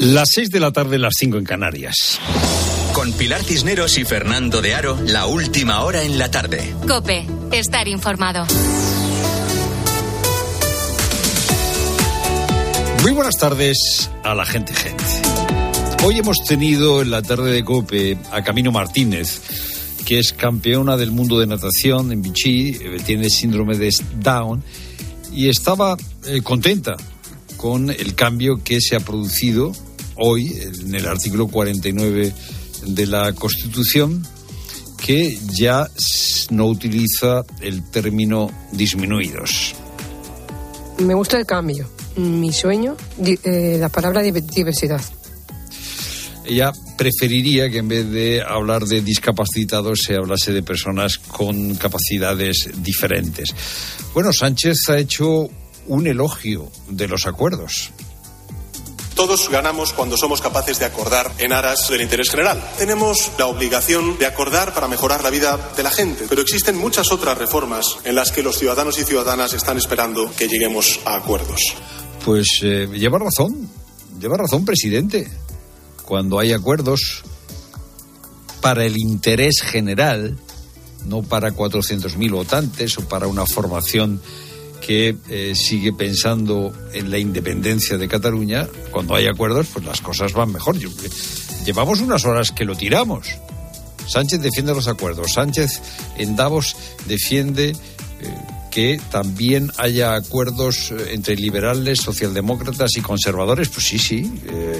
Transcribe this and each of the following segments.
Las 6 de la tarde, las 5 en Canarias. Con Pilar Cisneros y Fernando de Aro, la última hora en la tarde. COPE, estar informado. Muy buenas tardes a la gente. Hoy hemos tenido en la tarde de COPE a Camino Martínez, que es campeona del mundo de natación en Vichy, tiene síndrome de Down, y estaba contenta con el cambio que se ha producido hoy en el artículo 49 de la Constitución, que ya no utiliza el término disminuidos. Me gusta el cambio. Mi sueño, la palabra diversidad. Ella preferiría que en vez de hablar de discapacitados se hablase de personas con capacidades diferentes. Bueno, Sánchez ha hecho un elogio de los acuerdos. Todos ganamos cuando somos capaces de acordar en aras del interés general. Tenemos la obligación de acordar para mejorar la vida de la gente, pero existen muchas otras reformas en las que los ciudadanos y ciudadanas están esperando que lleguemos a acuerdos. Pues lleva razón, presidente. Cuando hay acuerdos para el interés general, no para 400.000 votantes o para una formación que sigue pensando en la independencia de Cataluña, cuando hay acuerdos, pues las cosas van mejor. Llevamos unas horas que lo tiramos. Sánchez defiende los acuerdos. Sánchez en Davos defiende que también haya acuerdos entre liberales, socialdemócratas y conservadores. Pues sí,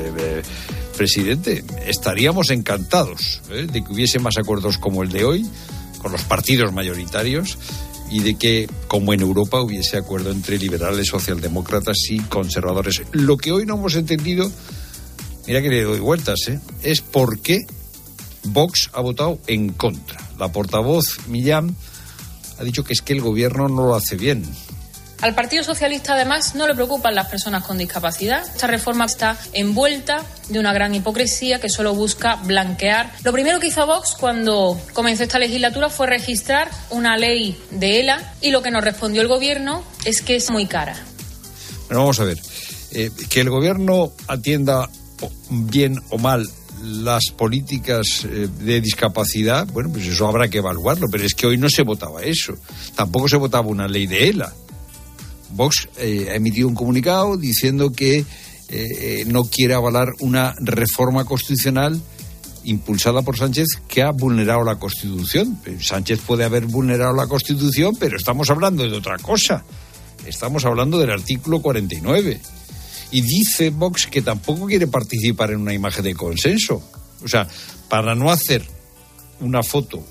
presidente, estaríamos encantados de que hubiese más acuerdos como el de hoy, con los partidos mayoritarios, y de que, como en Europa, hubiese acuerdo entre liberales, socialdemócratas y conservadores. Lo que hoy no hemos entendido, mira que le doy vueltas, es por qué Vox ha votado en contra. La portavoz Millán ha dicho que es que el gobierno no lo hace bien. Al Partido Socialista, además, no le preocupan las personas con discapacidad. Esta reforma está envuelta de una gran hipocresía que solo busca blanquear. Lo primero que hizo Vox cuando comenzó esta legislatura fue registrar una ley de ELA, y lo que nos respondió el gobierno es que es muy cara. Bueno, vamos a ver. Que el gobierno atienda bien o mal las políticas de discapacidad, bueno, pues eso habrá que evaluarlo, pero es que hoy no se votaba eso. Tampoco se votaba una ley de ELA. Vox ha emitido un comunicado diciendo que no quiere avalar una reforma constitucional impulsada por Sánchez que ha vulnerado la Constitución. Sánchez puede haber vulnerado la Constitución, pero estamos hablando de otra cosa. Estamos hablando del artículo 49. Y dice Vox que tampoco quiere participar en una imagen de consenso. O sea, para no hacer una foto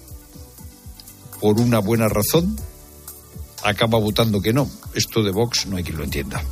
por una buena razón, acaba votando que no. Esto de Vox no hay quien lo entienda.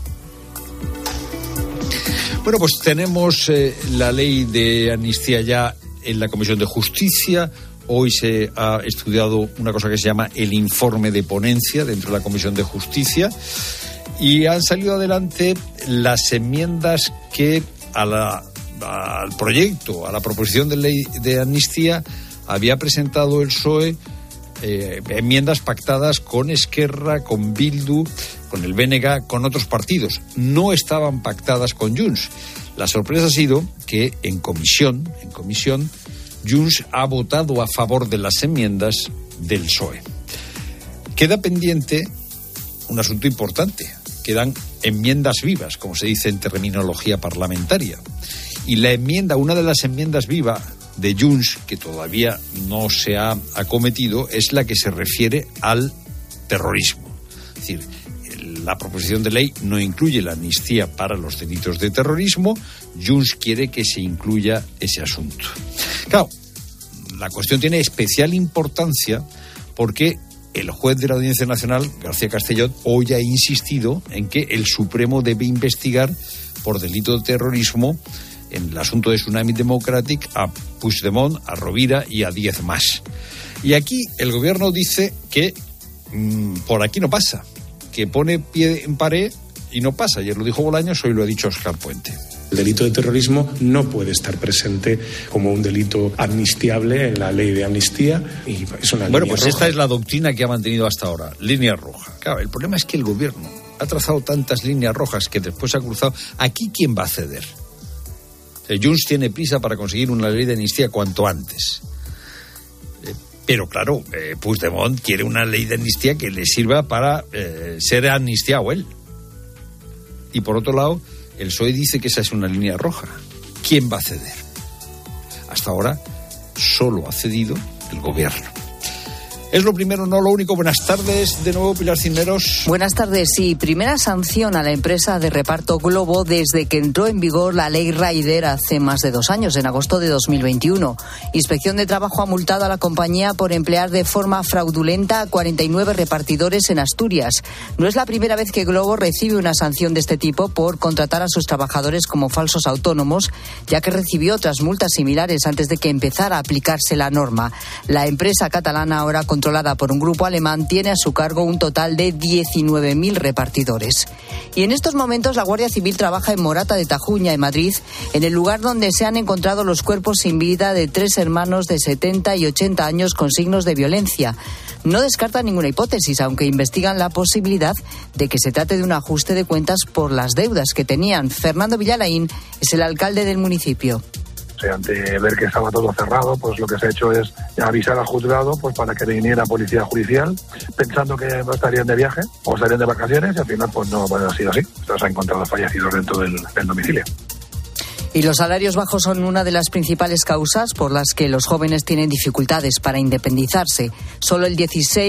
Bueno, pues tenemos la ley de amnistía ya en la Comisión de Justicia. Hoy se ha estudiado una cosa que se llama el informe de ponencia dentro de la Comisión de Justicia, y han salido adelante las enmiendas que al proyecto, a la proposición de ley de amnistía, había presentado el PSOE. Enmiendas pactadas con Esquerra, con Bildu, con el BNG, con otros partidos. No estaban pactadas con Junts. La sorpresa ha sido que en comisión, Junts ha votado a favor de las enmiendas del PSOE. Queda pendiente un asunto importante. Quedan enmiendas vivas, como se dice en terminología parlamentaria. Y una de las enmiendas vivas de Junts, que todavía no se ha acometido, es la que se refiere al terrorismo. Es decir, la proposición de ley no incluye la amnistía para los delitos de terrorismo. Junts quiere que se incluya ese asunto. Claro, la cuestión tiene especial importancia porque el juez de la Audiencia Nacional, García Castellón, hoy ha insistido en que el Supremo debe investigar por delito de terrorismo en el asunto de Tsunami Democratic a Puigdemont, a Rovira y a 10 más. Y aquí el gobierno dice que por aquí no pasa, que pone pie en pared y no pasa. Ayer lo dijo Bolaños, hoy lo ha dicho Óscar Puente. El delito de terrorismo no puede estar presente como un delito amnistiable en la ley de amnistía y es una línea roja. Esta es la doctrina que ha mantenido hasta ahora, línea roja. Claro, el problema es que el gobierno ha trazado tantas líneas rojas que después ha cruzado. ¿Aquí quién va a ceder? Junts tiene prisa para conseguir una ley de amnistía cuanto antes. Pero claro, Puigdemont quiere una ley de amnistía que le sirva para ser amnistiado él. Y por otro lado, el PSOE dice que esa es una línea roja. ¿Quién va a ceder? Hasta ahora solo ha cedido el gobierno. Es lo primero, no lo único. Buenas tardes, de nuevo Pilar Cisneros. Buenas tardes. Sí, primera sanción a la empresa de reparto Globo desde que entró en vigor la ley Rider hace más de 2 años, en agosto de 2021. Inspección de Trabajo ha multado a la compañía por emplear de forma fraudulenta a 49 repartidores en Asturias. No es la primera vez que Globo recibe una sanción de este tipo por contratar a sus trabajadores como falsos autónomos, ya que recibió otras multas similares antes de que empezara a aplicarse la norma. La empresa catalana, ahora controlada por un grupo alemán, tiene a su cargo un total de 19.000 repartidores. Y en estos momentos la Guardia Civil trabaja en Morata de Tajuña, en Madrid, en el lugar donde se han encontrado los cuerpos sin vida de 3 hermanos de 70 y 80 años con signos de violencia. No descartan ninguna hipótesis, aunque investigan la posibilidad de que se trate de un ajuste de cuentas por las deudas que tenían. Fernando Villalain es el alcalde del municipio. O sea, ante ver que estaba todo cerrado, pues lo que se ha hecho es avisar al juzgado pues para que viniera policía judicial, pensando que no estarían de viaje o estarían de vacaciones, y al final pues no ha sido así. Se han encontrado fallecidos dentro del domicilio. Y los salarios bajos son una de las principales causas por las que los jóvenes tienen dificultades para independizarse. Solo el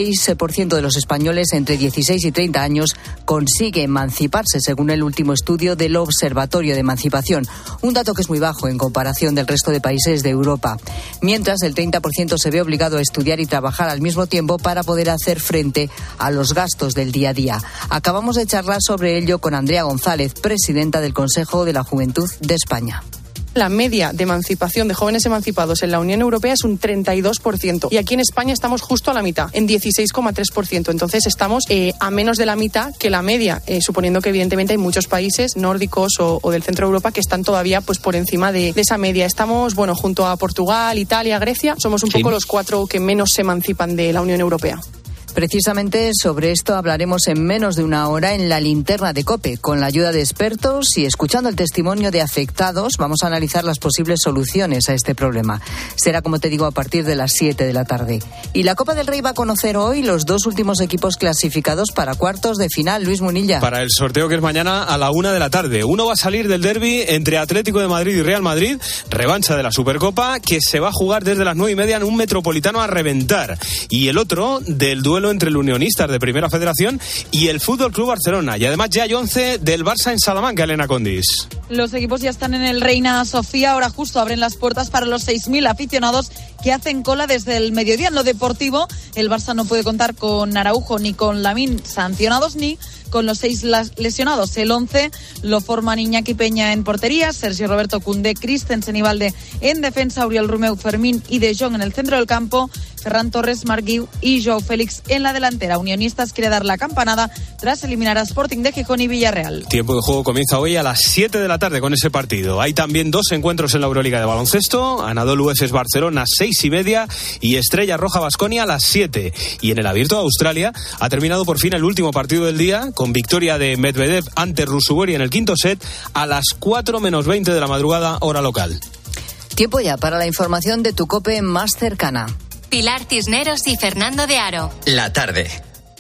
16% de los españoles entre 16 y 30 años consigue emanciparse, según el último estudio del Observatorio de Emancipación. Un dato que es muy bajo en comparación del resto de países de Europa. Mientras, el 30% se ve obligado a estudiar y trabajar al mismo tiempo para poder hacer frente a los gastos del día a día. Acabamos de charlar sobre ello con Andrea González, presidenta del Consejo de la Juventud de España. La media de emancipación de jóvenes emancipados en la Unión Europea es un 32%. Y aquí en España estamos justo a la mitad, en 16,3%. Entonces estamos a menos de la mitad que la media, suponiendo que evidentemente hay muchos países nórdicos o del centro de Europa que están todavía pues por encima de esa media. Estamos, bueno, junto a Portugal, Italia, Grecia, somos un poco los 4 que menos se emancipan de la Unión Europea. Precisamente sobre esto hablaremos en menos de una hora en la linterna de COPE. Con la ayuda de expertos y escuchando el testimonio de afectados, vamos a analizar las posibles soluciones a este problema. Será, como te digo, a partir de las 7 de la tarde. Y la Copa del Rey va a conocer hoy los 2 últimos equipos clasificados para cuartos de final. Luis Munilla. Para el sorteo, que es mañana a la 1 de la tarde. Uno va a salir del derbi entre Atlético de Madrid y Real Madrid, revancha de la Supercopa, que se va a jugar desde las 9:30 en un Metropolitano a reventar. Y el otro del duelo entre el Unionistas de Primera Federación y el Fútbol Club Barcelona. Y además ya hay 11 del Barça en Salamanca, Elena Condis. Los equipos ya están en el Reina Sofía. Ahora justo abren las puertas para los 6.000 aficionados que hacen cola desde el mediodía. En lo deportivo, el Barça no puede contar con Araujo ni con Lamine sancionados, ni con los 6 lesionados. El 11 lo forman Iñaki Peña en portería, Sergio Roberto Koundé, Christensen y Valde en defensa, Oriol Romeu, Fermín y De Jong en el centro del campo, Ferran Torres, Marc Guiu y Joao Félix en la delantera. Unionistas quiere dar la campanada tras eliminar a Sporting de Gijón y Villarreal. Tiempo de juego comienza hoy a las 7 de la tarde con ese partido. Hay también 2 encuentros en la Euroliga de baloncesto. Anadolu Efes Barcelona 6:30 y Estrella Roja Baskonia a las 7. Y en el Abierto de Australia ha terminado por fin el último partido del día, con victoria de Medvedev ante Rusubori en el quinto set a las 4:20 de la madrugada, hora local. Tiempo ya para la información de tu COPE más cercana. Pilar Cisneros y Fernando de Aro. La tarde.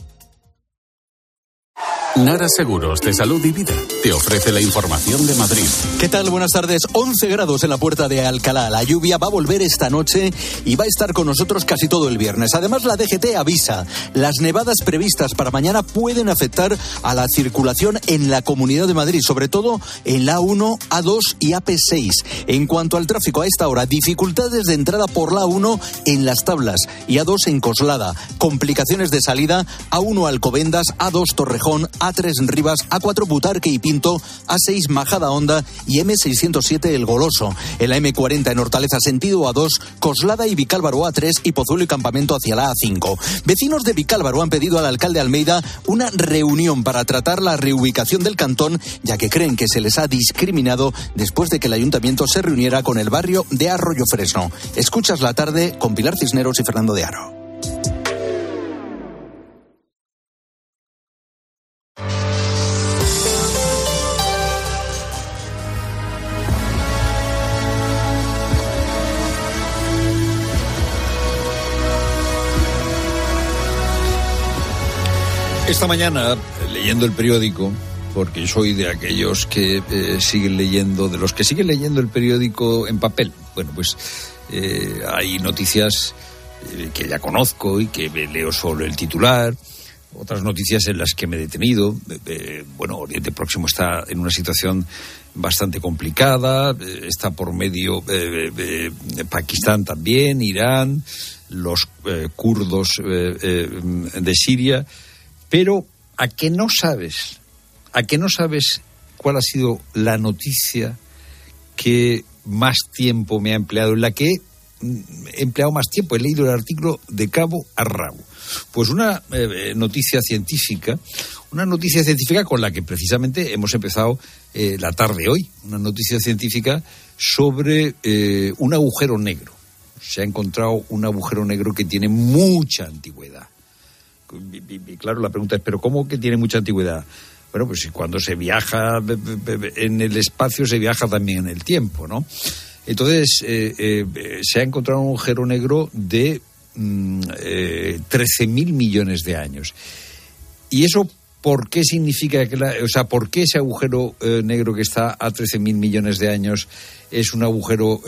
Nara Seguros de Salud y Vida te ofrece la información de Madrid. ¿Qué tal? Buenas tardes. 11 grados en la puerta de Alcalá. La lluvia va a volver esta noche y va a estar con nosotros casi todo el viernes. Además, la DGT avisa, las nevadas previstas para mañana pueden afectar a la circulación en la Comunidad de Madrid, sobre todo en la A1, A2 y AP6. En cuanto al tráfico a esta hora, dificultades de entrada por la A1 en Las Tablas y A2 en Coslada. Complicaciones de salida, A1 Alcobendas, A2 Torrejón, A3 Rivas, A4 Butarque y Pinto, A6 Majada Honda y M607 El Goloso. En la M40 en Hortaleza sentido A2, Coslada y Vicálvaro A3 y Pozuelo y Campamento hacia la A5. Vecinos de Vicálvaro han pedido al alcalde Almeida una reunión para tratar la reubicación del cantón, ya que creen que se les ha discriminado después de que el ayuntamiento se reuniera con el barrio de Arroyo Fresno. Escuchas la tarde con Pilar Cisneros y Fernando de Aro. Esta mañana, leyendo el periódico, porque yo soy de aquellos que siguen leyendo, de los que siguen leyendo el periódico en papel. Bueno, pues hay noticias que ya conozco y que leo solo el titular, otras noticias en las que me he detenido. Bueno, Oriente Próximo está en una situación bastante complicada, está por medio Pakistán también, Irán, los kurdos de Siria, pero ¿a qué no sabes cuál ha sido la noticia que más tiempo me ha empleado, en la que he empleado más tiempo? He leído el artículo de cabo a rabo. Pues una noticia científica con la que precisamente hemos empezado la tarde hoy. Una noticia científica sobre un agujero negro. Se ha encontrado un agujero negro que tiene mucha antigüedad. Y claro, la pregunta es, ¿pero cómo que tiene mucha antigüedad? Bueno, pues cuando se viaja en el espacio, se viaja también en el tiempo, ¿no? Entonces, se ha encontrado un agujero negro de 13.000 millones de años. ¿Y eso por qué significa por qué ese agujero negro que está a 13.000 millones de años es un agujero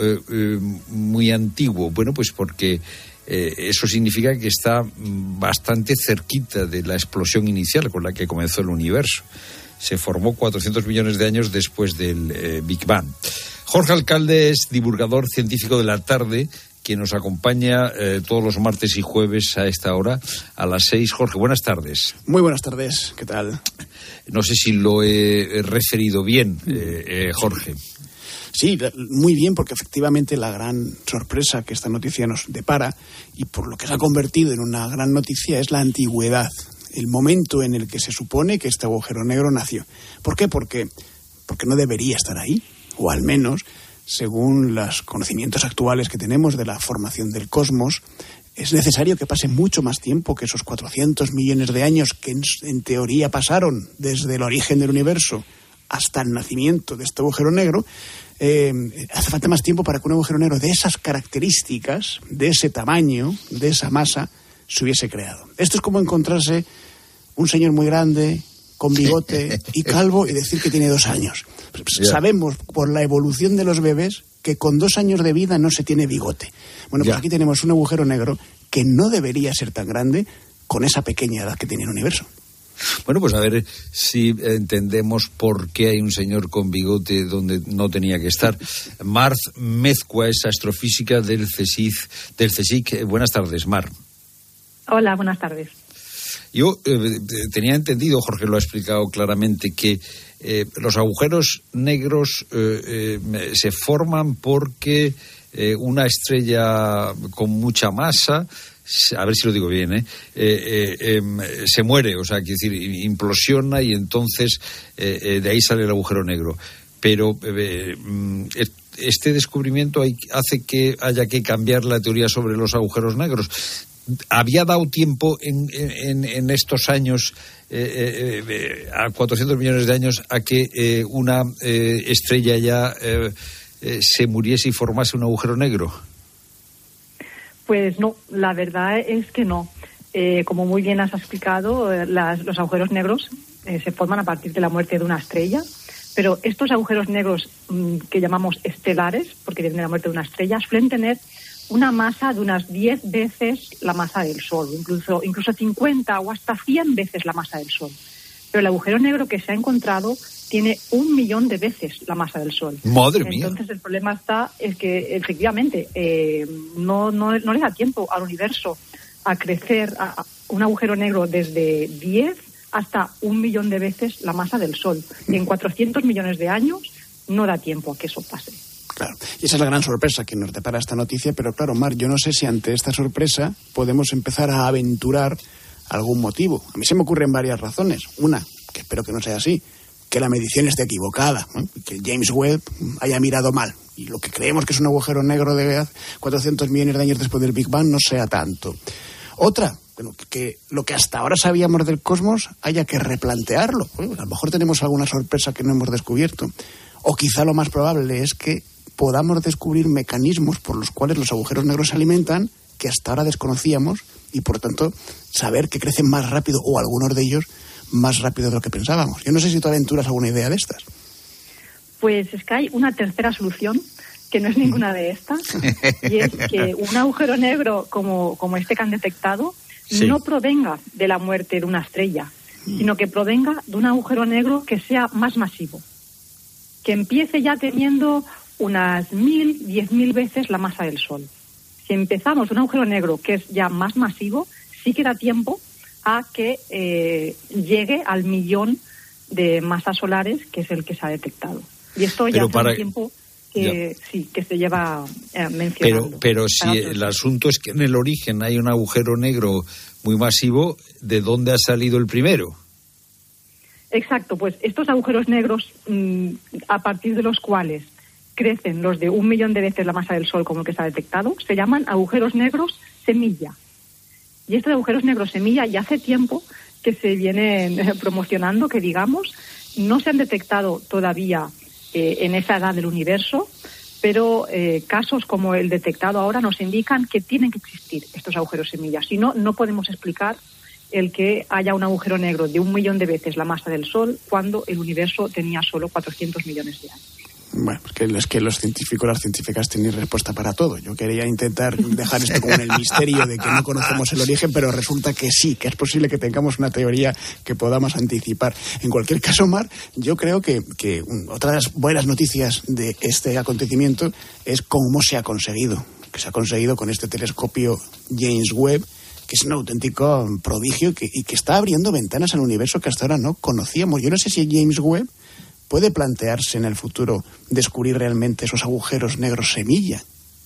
muy antiguo? Bueno, pues porque eso significa que está bastante cerquita de la explosión inicial con la que comenzó el universo. Se formó 400 millones de años después del Big Bang. Jorge Alcalde es divulgador científico de la tarde, que nos acompaña todos los martes y jueves a esta hora, a las 6. Jorge, buenas tardes. Muy buenas tardes, ¿qué tal? No sé si lo he referido bien, Jorge. Sí, muy bien, porque efectivamente la gran sorpresa que esta noticia nos depara, y por lo que se ha convertido en una gran noticia, es la antigüedad, el momento en el que se supone que este agujero negro nació. ¿Por qué? Porque no debería estar ahí, o al menos, según los conocimientos actuales que tenemos de la formación del cosmos, es necesario que pase mucho más tiempo que esos 400 millones de años que en teoría pasaron desde el origen del universo hasta el nacimiento de este agujero negro. Hace falta más tiempo para que un agujero negro de esas características, de ese tamaño, de esa masa, se hubiese creado. Esto es como encontrarse un señor muy grande, con bigote y calvo, y decir que tiene 2 años. Sabemos por la evolución de los bebés que con 2 años de vida no se tiene bigote. Bueno, pues aquí tenemos un agujero negro que no debería ser tan grande con esa pequeña edad que tiene el universo. Bueno, pues a ver si entendemos por qué hay un señor con bigote donde no tenía que estar. Mar Mezcua es astrofísica del CSIC. Buenas tardes, Mar. Hola, buenas tardes. Yo tenía entendido, Jorge lo ha explicado claramente, que los agujeros negros se forman porque una estrella con mucha masa, a ver si lo digo bien, se muere, o sea, quiero decir, implosiona, y entonces de ahí sale el agujero negro. Pero este descubrimiento hace que haya que cambiar la teoría sobre los agujeros negros. ¿Había dado tiempo en estos años, a 400 millones de años, a que una estrella ya se muriese y formase un agujero negro? Pues no, la verdad es que no. Como muy bien has explicado, los agujeros negros se forman a partir de la muerte de una estrella, pero estos agujeros negros que llamamos estelares, porque vienen de la muerte de una estrella, suelen tener una masa de unas 10 veces la masa del Sol, incluso 50 o hasta 100 veces la masa del Sol. Pero el agujero negro que se ha encontrado tiene 1 millón de veces la masa del Sol. ¡Madre mía! Entonces el problema es que efectivamente no le da tiempo al universo a crecer a un agujero negro desde 10 hasta 1 millón de veces la masa del Sol. Y en 400 millones de años no da tiempo a que eso pase. Claro, y esa es la gran sorpresa que nos depara esta noticia, pero claro, Mar, yo no sé si ante esta sorpresa podemos empezar a aventurar algún motivo. A mí se me ocurren varias razones. Una, que espero que no sea así, que la medición esté equivocada, ¿no? Que James Webb haya mirado mal, y lo que creemos que es un agujero negro de 400 millones de años después del Big Bang no sea tanto. Otra, bueno, que lo que hasta ahora sabíamos del cosmos haya que replantearlo. Bueno, a lo mejor tenemos alguna sorpresa que no hemos descubierto. O quizá lo más probable es que podamos descubrir mecanismos por los cuales los agujeros negros se alimentan que hasta ahora desconocíamos y, por tanto, saber que crecen más rápido, o algunos de ellos más rápido de lo que pensábamos. Yo no sé si tú aventuras alguna idea de estas. Pues es que hay una tercera solución, que no es ninguna de estas, y es que un agujero negro como este que han detectado no provenga de la muerte de una estrella, sino que provenga de un agujero negro que sea más masivo, que empiece ya teniendo unas 1.000, 10.000 veces la masa del Sol. Si empezamos un agujero negro que es ya más masivo, sí que da tiempo a que llegue al 1.000.000 de masas solares, que es el que se ha detectado. Y esto ya hace un tiempo que se lleva mencionando. Pero si el asunto es que en el origen hay un agujero negro muy masivo, ¿de dónde ha salido el primero? Exacto, pues estos agujeros negros, a partir de los cuales crecen los de 1.000.000 de veces la masa del Sol, como el que se ha detectado, se llaman agujeros negros semilla. Y estos agujeros negros semilla ya hace tiempo que se vienen promocionando, que digamos, no se han detectado todavía en esa edad del universo, pero casos como el detectado ahora nos indican que tienen que existir estos agujeros semillas. Si no, no podemos explicar el que haya un agujero negro de 1.000.000 de veces la masa del Sol cuando el universo tenía solo 400 millones de años. Bueno, es que los científicos, las científicas tienen respuesta para todo. Yo quería intentar dejar esto como en el misterio de que no conocemos el origen, pero resulta que sí, que es posible que tengamos una teoría que podamos anticipar. En cualquier caso, Mar, yo creo que otra de las buenas noticias de este acontecimiento es cómo se ha conseguido. Que se ha conseguido con este telescopio James Webb, que es un auténtico prodigio y que está abriendo ventanas al universo que hasta ahora no conocíamos. Yo no sé si James Webb puede plantearse en el futuro descubrir realmente esos agujeros negros semilla.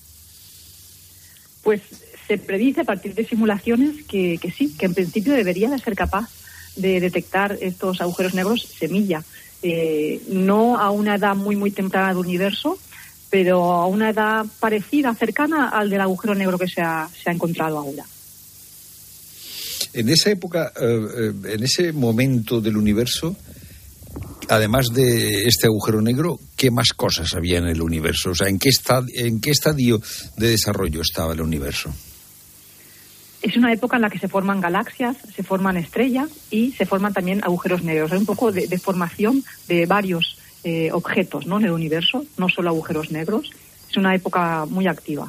Pues se predice a partir de simulaciones que sí, que en principio debería de ser capaz de detectar estos agujeros negros semilla. No a una edad muy, muy temprana del universo, pero a una edad parecida, cercana al del agujero negro que se ha encontrado ahora. En esa época, en ese momento del universo, además de este agujero negro, ¿qué más cosas había en el universo? O sea, ¿en qué estadio de desarrollo estaba el universo? Es una época en la que se forman galaxias, se forman estrellas y se forman también agujeros negros. Hay un poco de formación de varios objetos, ¿no?, en el universo, no solo agujeros negros. Es una época muy activa.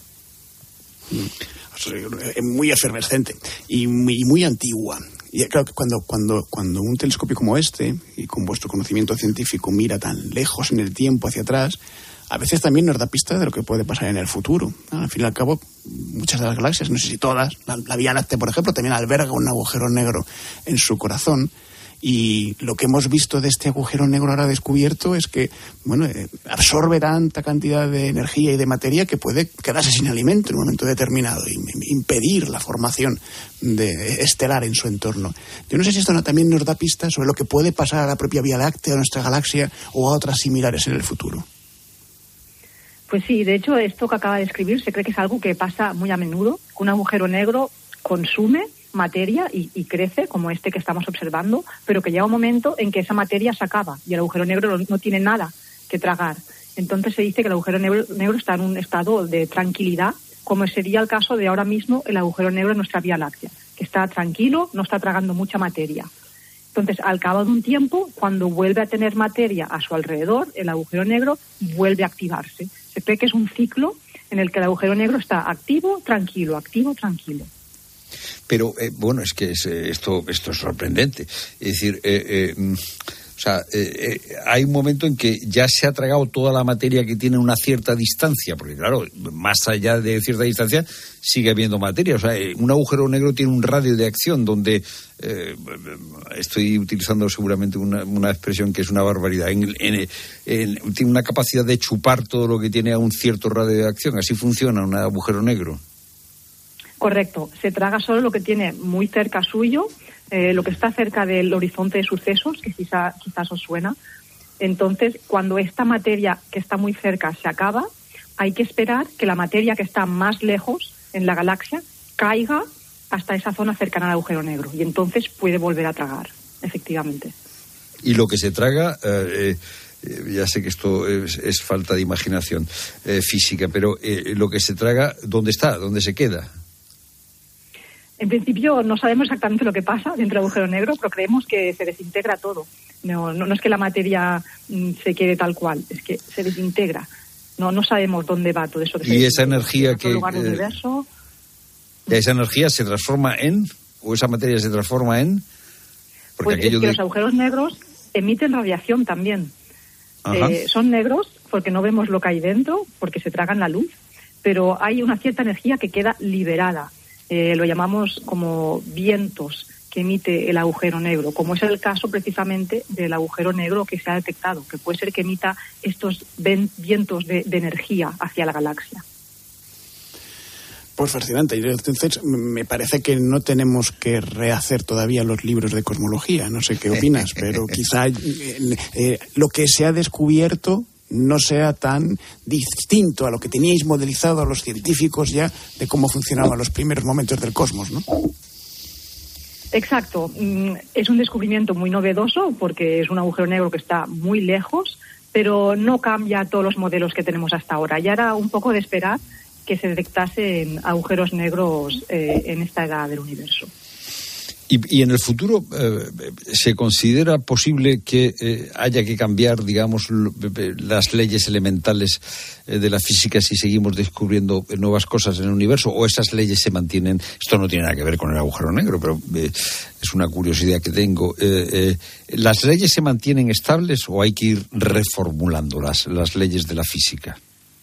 Muy efervescente y muy antigua. Y claro que cuando un telescopio como este, y con vuestro conocimiento científico, mira tan lejos en el tiempo hacia atrás, a veces también nos da pistas de lo que puede pasar en el futuro. Al fin y al cabo, muchas de las galaxias, no sé si todas, la Vía Láctea, por ejemplo, también alberga un agujero negro en su corazón. Y lo que hemos visto de este agujero negro ahora descubierto es que, absorbe tanta cantidad de energía y de materia que puede quedarse sin alimento en un momento determinado y impedir la formación estelar en su entorno. Yo no sé si esto también nos da pistas sobre lo que puede pasar a la propia Vía Láctea, a nuestra galaxia o a otras similares en el futuro. Pues sí, de hecho, esto que acaba de escribir se cree que es algo que pasa muy a menudo, que un agujero negro consume materia y crece, como este que estamos observando, pero que llega un momento en que esa materia se acaba y el agujero negro no tiene nada que tragar. Entonces se dice que el agujero negro está en un estado de tranquilidad, como sería el caso de ahora mismo el agujero negro en nuestra Vía Láctea, que está tranquilo, no está tragando mucha materia. Entonces, al cabo de un tiempo, cuando vuelve a tener materia a su alrededor, el agujero negro vuelve a activarse. Se cree que es un ciclo en el que el agujero negro está activo, tranquilo, activo, tranquilo. Pero, es que esto es sorprendente. Es decir, hay un momento en que ya se ha tragado toda la materia que tiene una cierta distancia, porque claro, más allá de cierta distancia sigue habiendo materia. O sea, un agujero negro tiene un radio de acción donde, estoy utilizando seguramente una expresión que es una barbaridad, tiene una capacidad de chupar todo lo que tiene a un cierto radio de acción. Así funciona un agujero negro. Correcto, se traga solo lo que tiene muy cerca suyo, lo que está cerca del horizonte de sucesos, que quizás os suena. Entonces, cuando esta materia que está muy cerca se acaba, hay que esperar que la materia que está más lejos en la galaxia caiga hasta esa zona cercana al agujero negro y entonces puede volver a tragar, efectivamente. Y lo que se traga, ya sé que esto es falta de imaginación física, pero lo que se traga, ¿dónde está? ¿Dónde se queda? En principio no sabemos exactamente lo que pasa dentro del agujero negro, pero creemos que se desintegra todo. No es que la materia se quede tal cual, es que se desintegra. No sabemos dónde va todo eso. Y esa energía que... lugar del universo. ¿Esa energía se transforma en, o esa materia se transforma en? Porque pues es que los agujeros negros emiten radiación también. Son negros porque no vemos lo que hay dentro, porque se tragan la luz, pero hay una cierta energía que queda liberada. Lo llamamos como vientos que emite el agujero negro, como es el caso precisamente del agujero negro que se ha detectado, que puede ser que emita estos vientos de energía hacia la galaxia. Pues fascinante. Entonces, me parece que no tenemos que rehacer todavía los libros de cosmología. No sé qué opinas, pero quizá lo que se ha descubierto no sea tan distinto a lo que teníais modelizado a los científicos ya de cómo funcionaban los primeros momentos del cosmos, ¿no? Exacto. Es un descubrimiento muy novedoso porque es un agujero negro que está muy lejos, pero no cambia todos los modelos que tenemos hasta ahora. Ya era un poco de esperar que se detectasen agujeros negros en esta edad del universo. Y en el futuro, ¿se considera posible que haya que cambiar, digamos, las leyes elementales de la física si seguimos descubriendo nuevas cosas en el universo? ¿O esas leyes se mantienen? Esto no tiene nada que ver con el agujero negro, pero es una curiosidad que tengo. ¿Las leyes se mantienen estables o hay que ir reformulando las leyes de la física?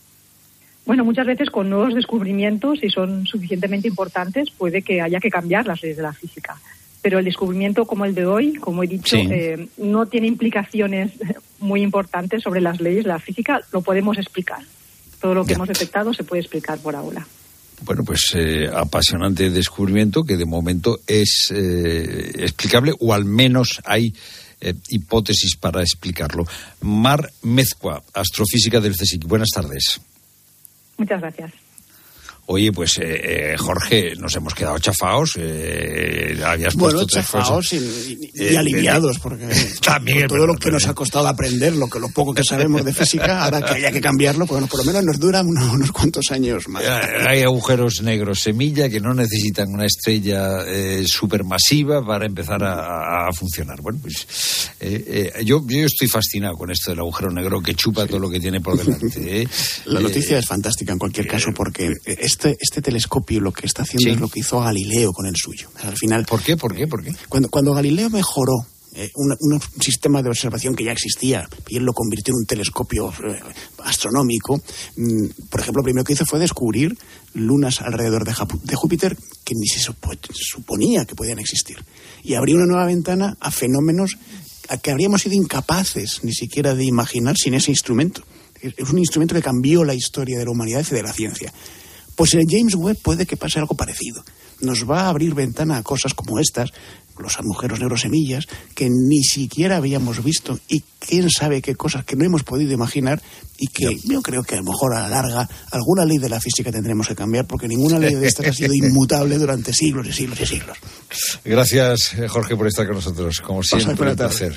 Bueno, muchas veces con nuevos descubrimientos, si son suficientemente importantes, puede que haya que cambiar las leyes de la física. Pero el descubrimiento como el de hoy, como he dicho, no tiene implicaciones muy importantes sobre las leyes de la física. Lo podemos explicar. Todo lo que hemos detectado se puede explicar por ahora. Bueno, pues apasionante descubrimiento que de momento es explicable, o al menos hay hipótesis para explicarlo. Mar Mezcua, astrofísica del CSIC. Buenas tardes. Muchas gracias. Oye, pues Jorge, nos hemos quedado chafaos. Habías bueno, puesto chafaos y aliviados, porque también, todo lo que nos ha costado aprender, lo poco que sabemos de física, ahora que haya que cambiarlo, pues bueno, por lo menos nos dura unos cuantos años más. Hay agujeros negros semilla que no necesitan una estrella supermasiva para empezar a funcionar. Bueno, pues yo estoy fascinado con esto del agujero negro que chupa todo lo que tiene por delante. La noticia es fantástica en cualquier caso, porque este telescopio lo que está haciendo es lo que hizo Galileo con el suyo. Al final, ¿Por qué? Cuando Galileo mejoró un sistema de observación que ya existía y él lo convirtió en un telescopio astronómico, por ejemplo, lo primero que hizo fue descubrir lunas alrededor de Júpiter que ni se suponía que podían existir. Y abrió una nueva ventana a fenómenos a que habríamos sido incapaces ni siquiera de imaginar sin ese instrumento. Es un instrumento que cambió la historia de la humanidad y de la ciencia. Pues en el James Webb puede que pase algo parecido. Nos va a abrir ventana a cosas como estas, los agujeros negros semillas, que ni siquiera habíamos visto, y quién sabe qué cosas que no hemos podido imaginar, y que yo creo que a lo mejor a la larga alguna ley de la física tendremos que cambiar, porque ninguna ley de estas ha sido inmutable durante siglos y siglos y siglos. Gracias, Jorge, por estar con nosotros. Como siempre, un placer.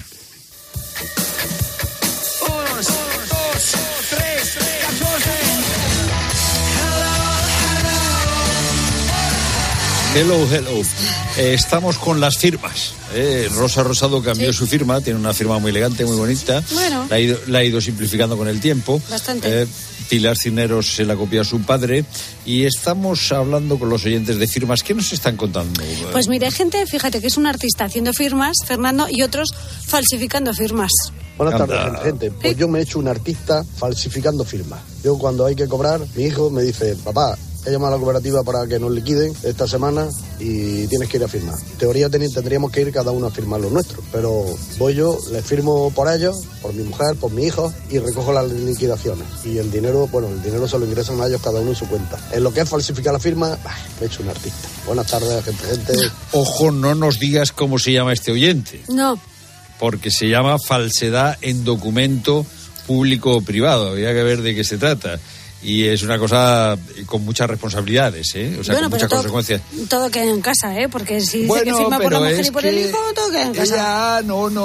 Hello. Estamos con las firmas. Rosa Rosado cambió su firma, tiene una firma muy elegante, muy bonita. Bueno. La ha ido simplificando con el tiempo. Bastante. Pilar Cisneros se la copió a su padre. Y estamos hablando con los oyentes de firmas. ¿Qué nos están contando? Pues mire, hay gente, fíjate, que es un artista haciendo firmas, Fernando, y otros falsificando firmas. Buenas tardes, gente. Pues yo me he hecho un artista falsificando firmas. Yo cuando hay que cobrar, mi hijo me dice, papá, he llamado a la cooperativa para que nos liquiden esta semana y tienes que ir a firmar. En teoría tendríamos que ir cada uno a firmar lo nuestro, pero voy yo, les firmo por ellos, por mi mujer, por mi hijo, y recojo las liquidaciones. Y el dinero se lo ingresan a ellos cada uno en su cuenta. En lo que es falsificar la firma, me he hecho un artista. Buenas tardes, gente. Ojo, no nos digas cómo se llama este oyente. No. Porque se llama falsedad en documento público o privado. Habría que ver de qué se trata. Y es una cosa con muchas responsabilidades, ¿eh? O sea, bueno, con muchas consecuencias. Todo queda en casa, ¿eh? Porque si dice que firma por la mujer y por el hijo, todo queda en casa.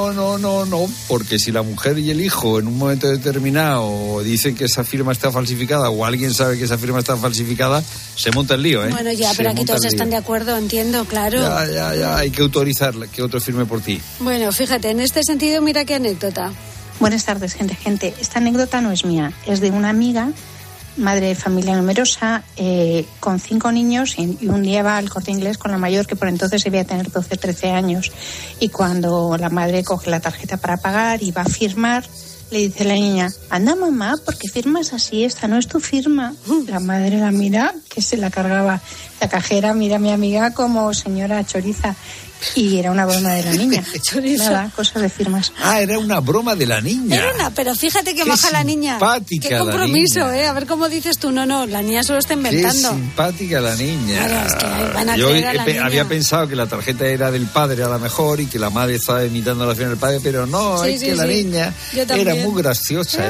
No, porque si la mujer y el hijo en un momento determinado dicen que esa firma está falsificada o alguien sabe que esa firma está falsificada, se monta el lío, ¿eh? Bueno, ya, pero aquí todos están de acuerdo, entiendo, claro. Ya, hay que autorizar que otro firme por ti. Bueno, fíjate, en este sentido, mira qué anécdota. Buenas tardes, gente. Esta anécdota no es mía, es de una amiga, madre de familia numerosa, con 5 niños, y un día va al Corte Inglés con la mayor, que por entonces debía tener 12, 13 años, y cuando la madre coge la tarjeta para pagar y va a firmar, le dice la niña: anda, mamá, ¿por qué firmas así? Esta no es tu firma. La madre la mira, que se la cargaba. La cajera mira a mi amiga como señora choriza. Y era una broma de la niña. Nada, cosas de firmas. Era una broma de la niña. Pero fíjate que maja la niña. Qué compromiso, a ver cómo dices tú. No, la niña solo está inventando. Qué simpática la niña. Claro, es que van a yo creer a la niña. Había pensado que la tarjeta era del padre a lo mejor y que la madre estaba imitando la firma del padre, pero no, la niña era muy graciosa.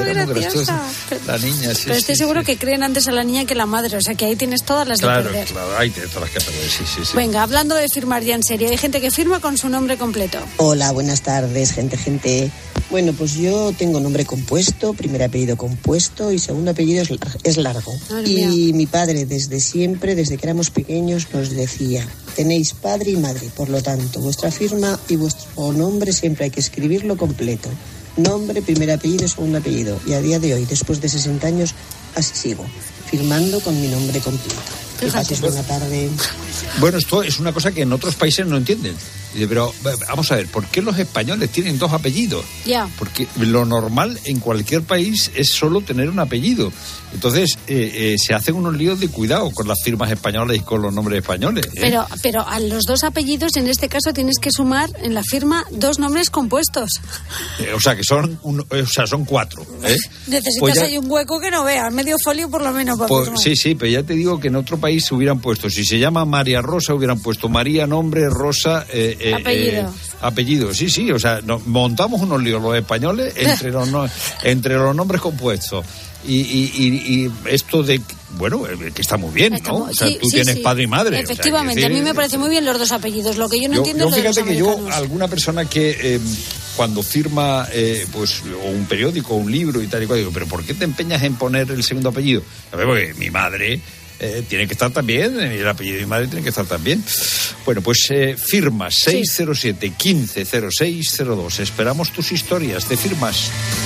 La niña, sí. Pero estoy seguro que creen antes a la niña que la madre, o sea que ahí tienes todas las de perder. Claro, ahí tienes todas las que perder, sí. Venga, hablando de firmar ya en serio, hay gente que firma con su nombre completo. Hola, buenas tardes, gente. Bueno, pues yo tengo nombre compuesto, primer apellido compuesto y segundo apellido es largo. Y mi padre desde siempre, desde que éramos pequeños, nos decía: tenéis padre y madre, por lo tanto, vuestra firma y vuestro nombre siempre hay que escribirlo completo. Nombre, primer apellido, segundo apellido. Y a día de hoy, después de 60 años, así sigo, firmando con mi nombre completo. Que pases buena tarde. Bueno, esto es una cosa que en otros países no entienden. Pero vamos a ver, ¿por qué los españoles tienen 2 apellidos? Ya. Porque lo normal en cualquier país es solo tener un apellido. Entonces se hacen unos líos de cuidado con las firmas españolas y con los nombres españoles. Pero a los 2 apellidos, en este caso, tienes que sumar en la firma 2 nombres compuestos. O sea, que son 4. Necesitas ahí un hueco que no veas, medio folio por lo menos. Sí, pero ya te digo que en otro país se hubieran puesto, si se llama María Rosa, hubieran puesto María, nombre, Rosa, apellido. Sí, o sea, montamos unos líos los españoles entre los nombres compuestos. Y esto de, bueno, que está muy bien, ¿no? O sea, tú tienes padre y madre. Efectivamente, o sea, a mí me parece muy bien los 2 apellidos. Lo que yo no entiendo es lo de los fíjate que americanos. Alguna persona que cuando firma pues o un periódico o un libro y tal y cual, digo, ¿pero por qué te empeñas en poner el segundo apellido? A ver, porque mi madre tiene que estar también, y el apellido de mi madre tiene que estar también. Bueno, pues firmas 607 15 06 02. Esperamos tus historias de firmas.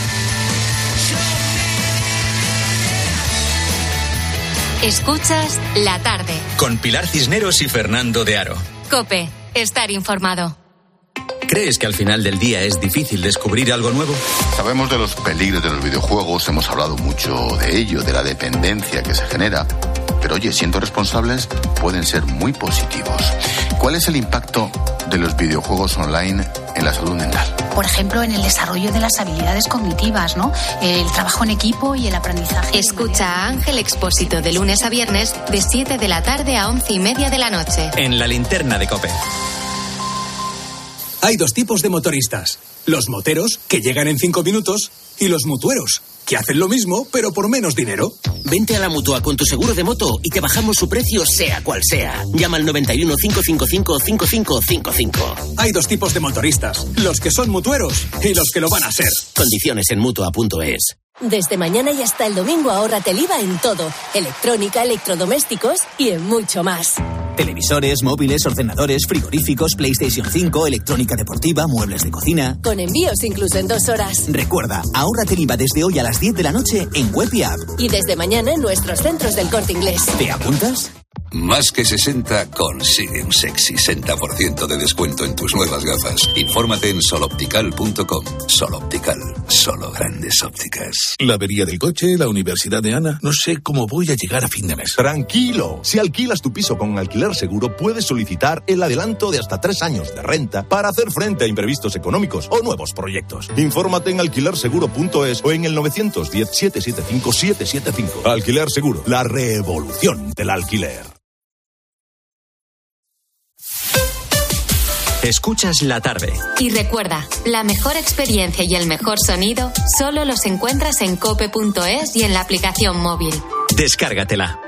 Escuchas La Tarde. Con Pilar Cisneros y Fernando de Aro. COPE. Estar informado. ¿Crees que al final del día es difícil descubrir algo nuevo? Sabemos de los peligros de los videojuegos, hemos hablado mucho de ello, de la dependencia que se genera. Pero oye, siendo responsables, pueden ser muy positivos. ¿Cuál es el impacto de los videojuegos online en la salud mental? Por ejemplo, en el desarrollo de las habilidades cognitivas, ¿no? El trabajo en equipo y el aprendizaje. Escucha a Ángel Expósito de lunes a viernes de 7 de la tarde a 11:30 de la noche. En la linterna de COPE. Hay 2 tipos de motoristas. Los moteros, que llegan en 5 minutos, y los mutueros, que hacen lo mismo, pero por menos dinero. Vente a la Mutua con tu seguro de moto y te bajamos su precio sea cual sea. Llama al 91 555 5555. Hay 2 tipos de motoristas, los que son mutueros y los que lo van a ser. Condiciones en Mutua.es. Desde mañana y hasta el domingo ahórrate el IVA en todo. Electrónica, electrodomésticos y en mucho más. Televisores, móviles, ordenadores, frigoríficos, PlayStation 5, electrónica deportiva, muebles de cocina. Con envíos incluso en 2 horas. Recuerda, ahórrate el IVA desde hoy a las 10 de la noche en web y app. Y desde mañana en nuestros centros del Corte Inglés. ¿Te apuntas? Más que 60 consigue un sexy 60% de descuento en tus nuevas gafas. Infórmate en soloptical.com. Soloptical, solo grandes ópticas. La avería del coche, la universidad de Ana. No sé cómo voy a llegar a fin de mes. Tranquilo. Si alquilas tu piso con Alquiler Seguro, puedes solicitar el adelanto de hasta 3 años de renta para hacer frente a imprevistos económicos o nuevos proyectos. Infórmate en alquilerseguro.es o en el 910 775 775. Alquiler Seguro, la revolución del alquiler. Escuchas La Tarde. Y recuerda, la mejor experiencia y el mejor sonido solo los encuentras en cope.es y en la aplicación móvil. Descárgatela.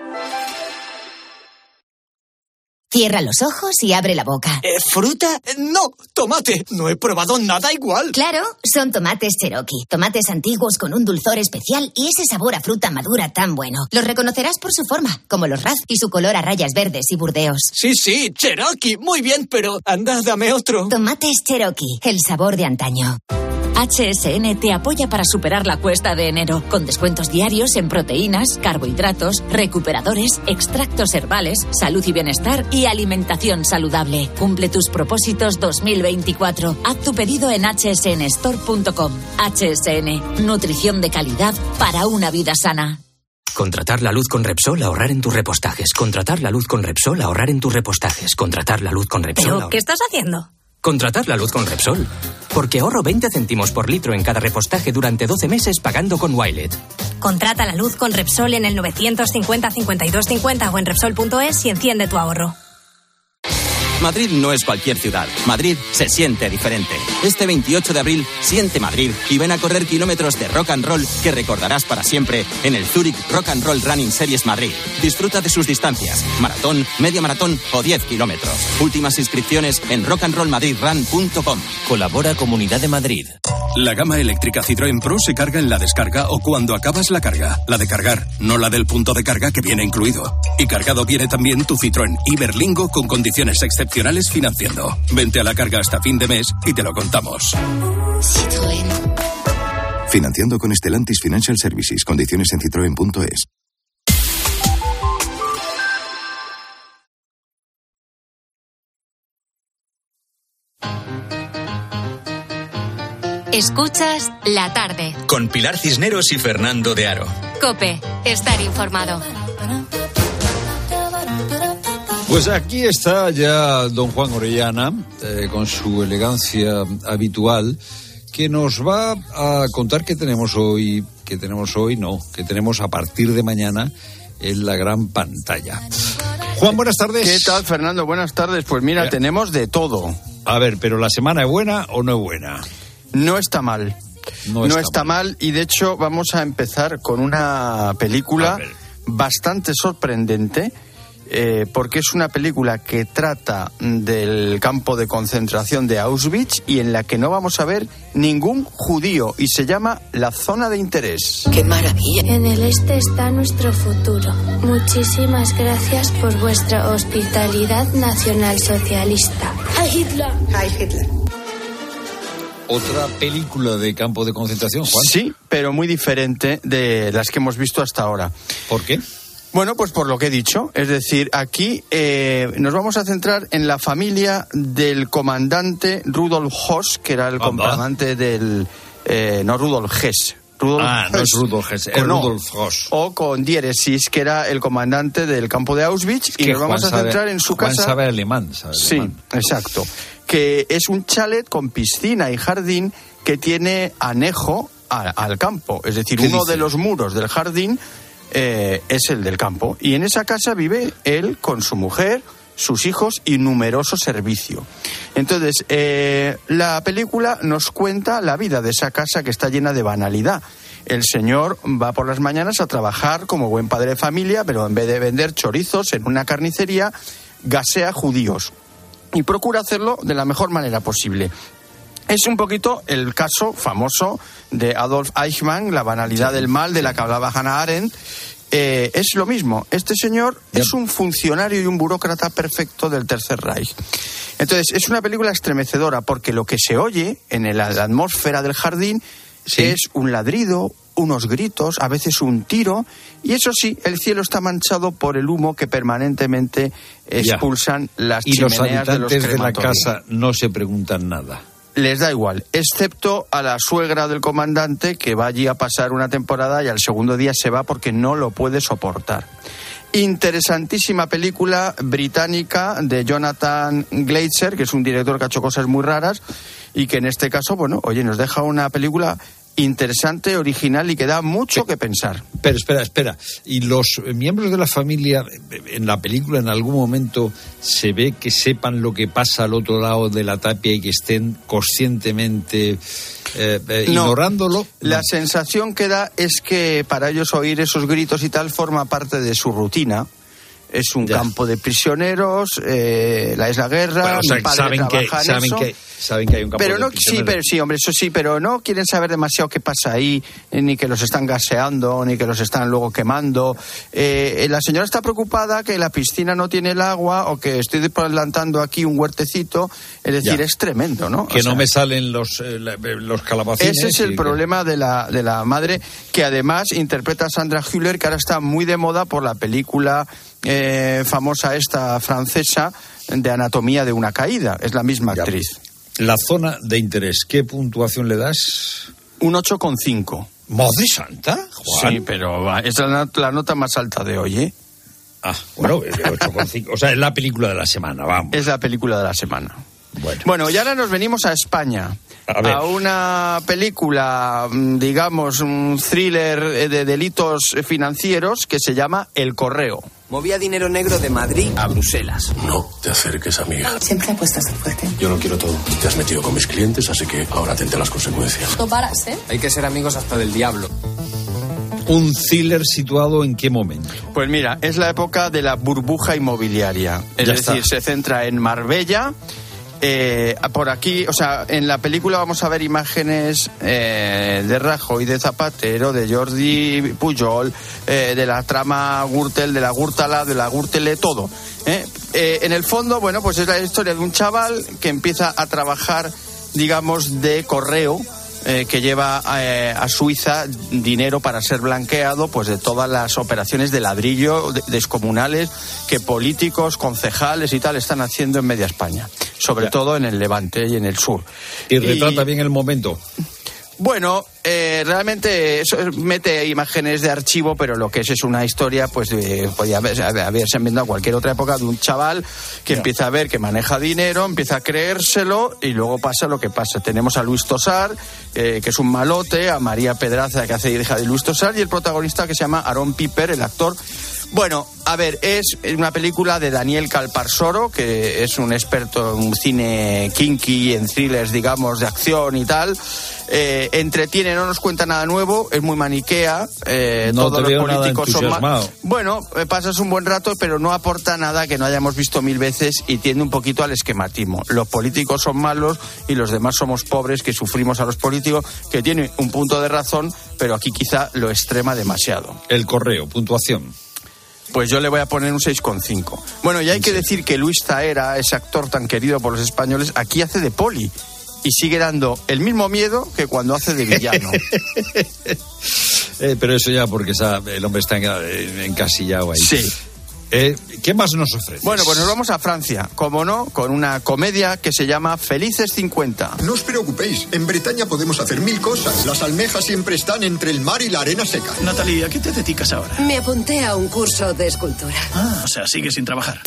Cierra los ojos y abre la boca. ¿Fruta? No, tomate. No he probado nada igual. Claro, son tomates Cherokee. Tomates antiguos con un dulzor especial y ese sabor a fruta madura tan bueno. Los reconocerás por su forma, como los Raz y su color a rayas verdes y burdeos. Sí, Cherokee. Muy bien, pero anda, dame otro. Tomates Cherokee, el sabor de antaño. HSN te apoya para superar la cuesta de enero, con descuentos diarios en proteínas, carbohidratos, recuperadores, extractos herbales, salud y bienestar y alimentación saludable. Cumple tus propósitos 2024. Haz tu pedido en hsnstore.com. HSN, nutrición de calidad para una vida sana. Contratar la luz con Repsol, ahorrar en tus repostajes. Contratar la luz con Repsol, ahorrar en tus repostajes. Contratar la luz con Repsol. ¿Pero qué estás haciendo? Contratar la luz con Repsol. Porque ahorro 20 céntimos por litro en cada repostaje durante 12 meses pagando con Wilet. Contrata la luz con Repsol en el 950 52 50 o en Repsol.es y enciende tu ahorro. Madrid no es cualquier ciudad. Madrid se siente diferente. Este 28 de abril, siente Madrid y ven a correr kilómetros de rock and roll que recordarás para siempre en el Zurich Rock and Roll Running Series Madrid. Disfruta de sus distancias, maratón, media maratón o 10 kilómetros. Últimas inscripciones en rockandrollmadridrun.com. Colabora Comunidad de Madrid. La gama eléctrica Citroën Pro se carga en la descarga o cuando acabas la carga. La de cargar, no la del punto de carga que viene incluido. Y cargado viene también tu Citroën Iberlingo con condiciones excepcionales financiando. Vente a la carga hasta fin de mes y te lo contamos. Citroën. Financiando con Stellantis Financial Services. Condiciones en citroen.es. Escuchas La Tarde. Con Pilar Cisneros y Fernando de Aro. COPE. Estar informado. Pues aquí está ya don Juan Orellana, con su elegancia habitual, que nos va a contar qué tenemos hoy, que tenemos a partir de mañana en la gran pantalla. Juan, buenas tardes. ¿Qué tal, Fernando? Buenas tardes. Pues mira, tenemos de todo. A ver, pero ¿la semana es buena o no es buena? No está mal. No está mal y de hecho vamos a empezar con una película bastante sorprendente. Porque es una película que trata del campo de concentración de Auschwitz y en la que no vamos a ver ningún judío y se llama La Zona de Interés. ¡Qué maravilla! En el este está nuestro futuro. Muchísimas gracias por vuestra hospitalidad nacionalsocialista. ¡Heil Hitler! ¡Heil Hitler! ¿Otra película de campo de concentración, Juan? Sí, pero muy diferente de las que hemos visto hasta ahora. ¿Por qué? Bueno, pues por lo que he dicho. Es decir, aquí nos vamos a centrar en la familia del comandante Rudolf Höss, que era el comandante del... no, Rudolf Hess. No es Rudolf Hess, es Rudolf Höss. O con diéresis, que era el comandante del campo de Auschwitz. Y nos vamos a centrar en su casa... Juan sabe alemán, Sí, exacto. Que es un chalet con piscina y jardín que tiene anejo al campo. Es decir, uno de los muros del jardín... es el del campo y en esa casa vive él con su mujer, sus hijos y numeroso servicio. Entonces la película nos cuenta la vida de esa casa que está llena de banalidad. El señor va por las mañanas a trabajar como buen padre de familia, pero en vez de vender chorizos en una carnicería, gasea judíos y procura hacerlo de la mejor manera posible. Es un poquito el caso famoso de Adolf Eichmann, la banalidad del mal de la que hablaba Hannah Arendt. Es lo mismo. Este señor es un funcionario y un burócrata perfecto del Tercer Reich. Entonces, es una película estremecedora porque lo que se oye en la atmósfera del jardín es un ladrido, unos gritos, a veces un tiro, y eso sí, el cielo está manchado por el humo que permanentemente expulsan las chimeneas de los crematorios. Y los habitantes de la casa no se preguntan nada. Les da igual, excepto a la suegra del comandante que va allí a pasar una temporada y al segundo día se va porque no lo puede soportar. Interesantísima película británica de Jonathan Glazer, que es un director que ha hecho cosas muy raras y que en este caso, bueno, oye, nos deja una película interesante, original y que da mucho que pensar. Pero espera. ¿Y los miembros de la familia en la película en algún momento se ve que sepan lo que pasa al otro lado de la tapia y que estén conscientemente ignorándolo? La sensación que da es que para ellos oír esos gritos y tal forma parte de su rutina. Es un campo de prisioneros, es la guerra, bueno, o sea, mi padre trabaja en eso. Saben que hay un campo pero de no, prisioneros. Sí, hombre, eso sí, pero no quieren saber demasiado qué pasa ahí, ni que los están gaseando, ni que los están luego quemando. La señora está preocupada que la piscina no tiene el agua o que estoy plantando aquí un huertecito, es decir, es tremendo, ¿no? Que no me salen los calabacines. Ese es el problema de la madre, que además interpreta a Sandra Hüller, que ahora está muy de moda por la película famosa esta francesa de Anatomía de una caída. Es la misma actriz. La zona de interés, ¿qué puntuación le das? Un 8,5. ¿Madre santa, Juan? Sí, pero es la nota más alta de hoy, ¿eh? Ah, bueno, 8,5. O sea, es la película de la semana, vamos. Es la película de la semana. Bueno, y ahora nos venimos a España. A una película, digamos, un thriller de delitos financieros que se llama El Correo. Movía dinero negro de Madrid a Bruselas. No te acerques, amiga. Siempre apuestas a fuerte. Yo lo quiero todo. Te has metido con mis clientes, así que ahora atente a las consecuencias. No paras, ¿eh? Hay que ser amigos hasta del diablo. ¿Un thriller situado en qué momento? Pues mira, es la época de la burbuja inmobiliaria. Es decir, se centra en Marbella. Por aquí, o sea, en la película vamos a ver imágenes de Rajoy, de Zapatero, de Jordi Pujol, de la trama Gürtel, de la Gürtala, de la Gürtele, todo. En el fondo, bueno, pues es la historia de un chaval que empieza a trabajar, digamos, de correo, que lleva a Suiza dinero para ser blanqueado, pues de todas las operaciones de ladrillo descomunales que políticos, concejales y tal están haciendo en media España, sobre todo en el Levante y en el sur. Y retrata bien el momento. Bueno, realmente eso mete imágenes de archivo, pero lo que es una historia, pues podía haberse ambientado a cualquier otra época, de un chaval que empieza a ver que maneja dinero, empieza a creérselo y luego pasa lo que pasa. Tenemos a Luis Tosar, que es un malote, a María Pedraza, que hace hija de Luis Tosar, y el protagonista, que se llama Aaron Piper, el actor. Bueno, a ver, es una película de Daniel Calparsoro, que es un experto en cine kinky, en thrillers, digamos, de acción y tal. Entretiene, no nos cuenta nada nuevo, es muy maniquea. Todos los políticos son más. Bueno, pasas un buen rato, pero no aporta nada que no hayamos visto 1000 veces y tiende un poquito al esquematismo. Los políticos son malos y los demás somos pobres que sufrimos a los políticos, que tiene un punto de razón, pero aquí quizá lo extrema demasiado. El Correo, puntuación. Pues yo le voy a poner un 6,5. Bueno, y hay que decir que Luis Zaera, ese actor tan querido por los españoles, aquí hace de poli y sigue dando el mismo miedo que cuando hace de villano. Pero eso ya porque el hombre está encasillado ahí. Sí. ¿Qué más nos ofrece? Bueno, pues nos vamos a Francia, como no, con una comedia que se llama Felices 50. No os preocupéis, en Bretaña podemos hacer 1000 cosas. Las almejas siempre están entre el mar y la arena seca. Natalie, ¿a qué te dedicas ahora? Me apunté a un curso de escultura. O sea, sigues sin trabajar.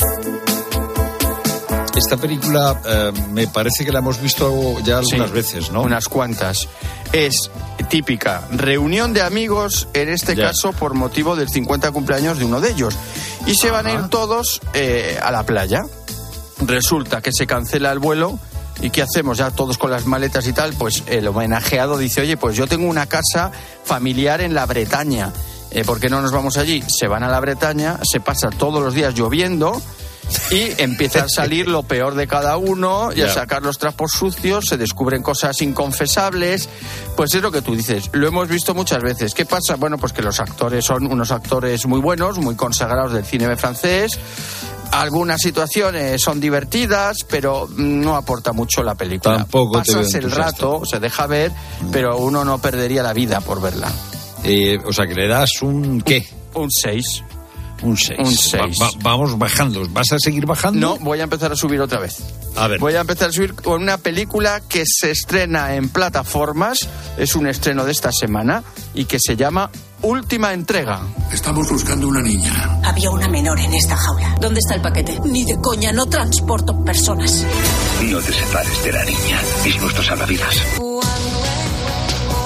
Esta película me parece que la hemos visto ya algunas veces, ¿no? Unas cuantas. Es típica reunión de amigos, en este caso por motivo del 50 cumpleaños de uno de ellos. Y se van a ir todos a la playa. Resulta que se cancela el vuelo. ¿Y qué hacemos? Ya todos con las maletas y tal. Pues el homenajeado dice, oye, pues yo tengo una casa familiar en la Bretaña. ¿Por qué no nos vamos allí? Se van a la Bretaña, se pasa todos los días lloviendo y empieza a salir lo peor de cada uno y a sacar los trapos sucios, se descubren cosas inconfesables. Pues es lo que tú dices, lo hemos visto muchas veces. ¿Qué pasa? Bueno, pues que los actores son unos actores muy buenos, muy consagrados del cine francés. Algunas situaciones son divertidas, pero no aporta mucho la película. Tampoco pasas el rato, se deja ver, pero uno no perdería la vida por verla. O sea, que le das un ¿qué? Un 6. Un 6. Un 6. Vamos bajando. ¿Vas a seguir bajando? No, voy a empezar a subir otra vez. A ver. Voy a empezar a subir con una película que se estrena en plataformas. Es un estreno de esta semana y que se llama Última Entrega. Estamos buscando una niña. Había una menor en esta jaula. ¿Dónde está el paquete? Ni de coña, no transporto personas. No te separes de la niña. Es nuestro salvavidas.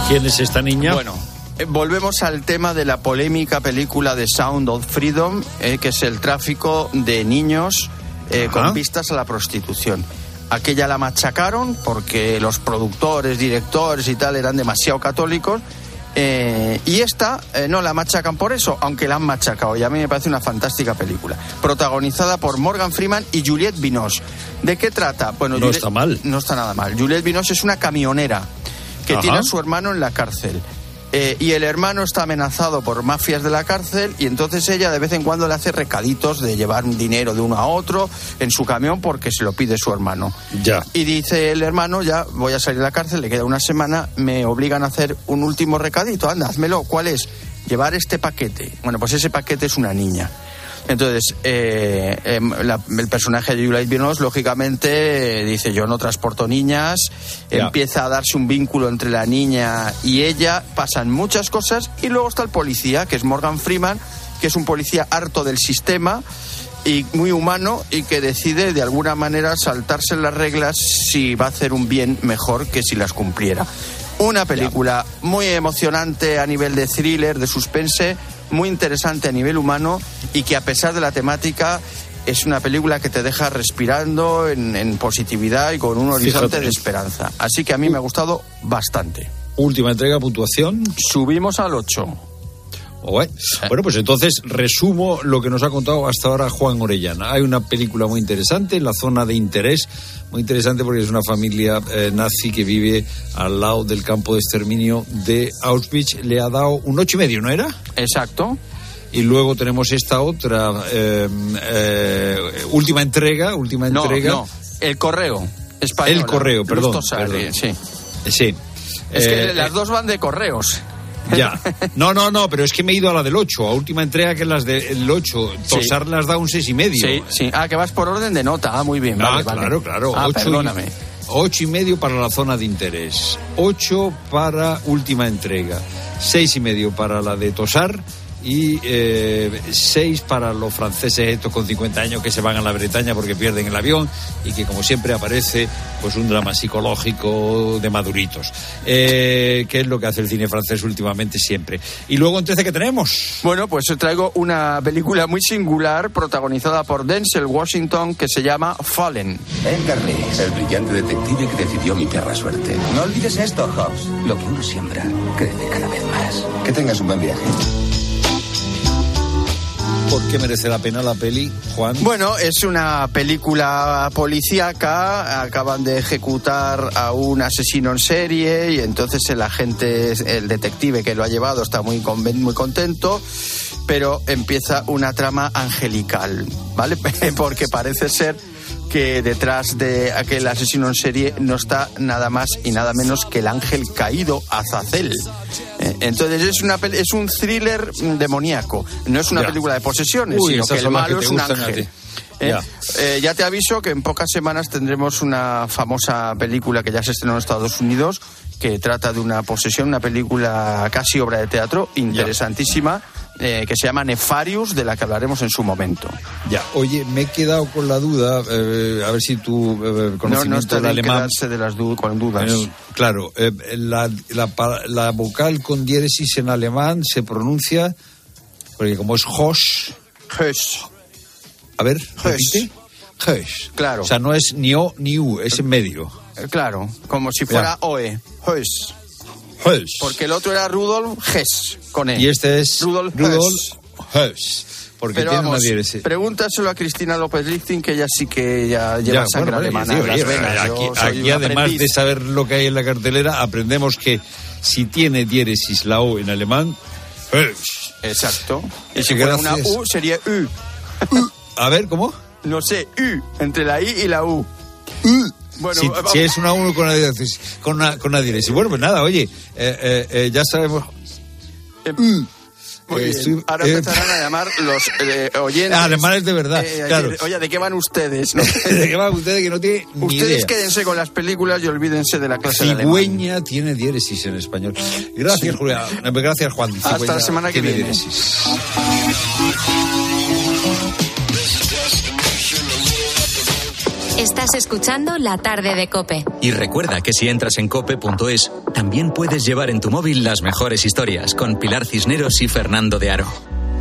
¿Quién es esta niña? Bueno, volvemos al tema de la polémica película de Sound of Freedom, que es el tráfico de niños con vistas a la prostitución. Aquella la machacaron porque los productores, directores y tal eran demasiado católicos. Y esta no la machacan por eso, aunque la han machacado. Y a mí me parece una fantástica película, protagonizada por Morgan Freeman y Juliette Binoche. ¿De qué trata? Bueno, no está mal. No está nada mal. Juliette Binoche es una camionera que tiene a su hermano en la cárcel. Y el hermano está amenazado por mafias de la cárcel, y entonces ella de vez en cuando le hace recaditos de llevar dinero de uno a otro en su camión porque se lo pide su hermano. Ya. Y dice el hermano, ya voy a salir de la cárcel, le queda una semana, me obligan a hacer un último recadito, anda, házmelo. ¿Cuál es? Llevar este paquete. Bueno, pues ese paquete es una niña. Entonces, el personaje de Juliette Binoche, lógicamente, dice, yo no transporto niñas, empieza a darse un vínculo entre la niña y ella, pasan muchas cosas, y luego está el policía, que es Morgan Freeman, que es un policía harto del sistema y muy humano, y que decide de alguna manera saltarse las reglas si va a hacer un bien mejor que si las cumpliera. Una película muy emocionante a nivel de thriller, de suspense, muy interesante a nivel humano, y que a pesar de la temática es una película que te deja respirando en positividad y con un horizonte de esperanza. Así que a mí me ha gustado bastante. Última entrega, puntuación. Subimos al 8. Bueno, pues entonces resumo lo que nos ha contado hasta ahora Juan Orellana. Hay una película muy interesante, La zona de interés, muy interesante porque es una familia nazi que vive al lado del campo de exterminio de Auschwitz. Le ha dado un 8,5, ¿no era? Exacto. Y luego tenemos esta otra última entrega. No, El Correo. Española. El Correo, perdón. Sí. Sí. Es que las dos van de correos. Ya. No, pero es que me he ido a la del 8, a última entrega, que las del 8. Tosar las da un 6,5. Sí. Ah, que vas por orden de nota. Ah, muy bien. Vale. Claro. Ah, perdóname. 8,5 para la zona de interés, 8 para última entrega, 6,5 para la de Tosar, y 6 para los franceses estos con 50 años que se van a la Bretaña porque pierden el avión, y que como siempre aparece pues un drama psicológico de maduritos, que es lo que hace el cine francés últimamente siempre. Y luego en 13, ¿qué tenemos? Bueno, pues traigo una película muy singular protagonizada por Denzel Washington, que se llama Fallen. Edgar Lee, el brillante detective que decidió mi perra suerte. No olvides esto, Hobbs. Lo que uno siembra crece cada vez más. Que tengas un buen viaje. ¿Por qué merece la pena la peli, Juan? Bueno, es una película policíaca. Acaban de ejecutar a un asesino en serie, y entonces el agente, el detective que lo ha llevado, está muy contento, pero empieza una trama angelical, ¿vale? Porque parece ser que detrás de aquel asesino en serie no está nada más y nada menos que el ángel caído Azazel. Entonces es un thriller demoníaco. No es una película de posesiones, sino que el malo es un ángel. Ya te aviso que en pocas semanas tendremos una famosa película que ya se estrenó en Estados Unidos, que trata de una posesión, una película casi obra de teatro, interesantísima, que se llama Nefarius, de la que hablaremos en su momento. Ya, oye, me he quedado con la duda, a ver si tu conocimiento del alemán... con dudas. Claro, la vocal con diéresis en alemán se pronuncia, porque como es Hosh... A ver, repite. Hosh. Claro. O sea, no es ni O ni U, es en medio. Claro, como si fuera OE. Hosh. Porque el otro era Rudolf Hess, con E. Y este es Rudolf Hess. Porque pero tiene vamos, una diéresis. Pregúntaselo a Cristina López-Lichting, que ella sí que ya lleva sangre alemana en las venas. Aquí además de saber lo que hay en la cartelera, aprendemos que si tiene diéresis la O en alemán, Hess. Exacto. Y si fuera una U, sería U. A ver, ¿cómo? No sé, U, entre la I y la U. Bueno, si es una 1 con una diéresis. Bueno, pues nada, oye, ya sabemos. Ahora empezarán a llamar los oyentes. Alemanes de verdad, claro. Oye, ¿de qué van ustedes? ¿No? ¿De qué van ustedes que no tienen ni idea? Ustedes quédense con las películas y olvídense de la clase de alemán. Cigüeña tiene diéresis en español. Gracias, Julia. Gracias, Juan. Hasta la semana que viene. Diéresis. Estás escuchando La Tarde de COPE. Y recuerda que si entras en cope.es, también puedes llevar en tu móvil las mejores historias con Pilar Cisneros y Fernando de Aro.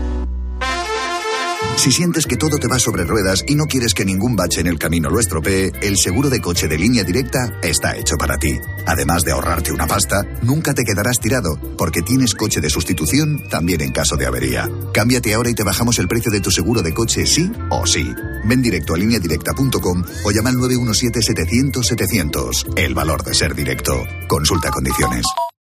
Si sientes que todo te va sobre ruedas y no quieres que ningún bache en el camino lo estropee, el seguro de coche de Línea Directa está hecho para ti. Además de ahorrarte una pasta, nunca te quedarás tirado, porque tienes coche de sustitución también en caso de avería. Cámbiate ahora y te bajamos el precio de tu seguro de coche sí o sí. Ven directo a lineadirecta.com o llama al 917-700-700. El valor de ser directo. Consulta condiciones.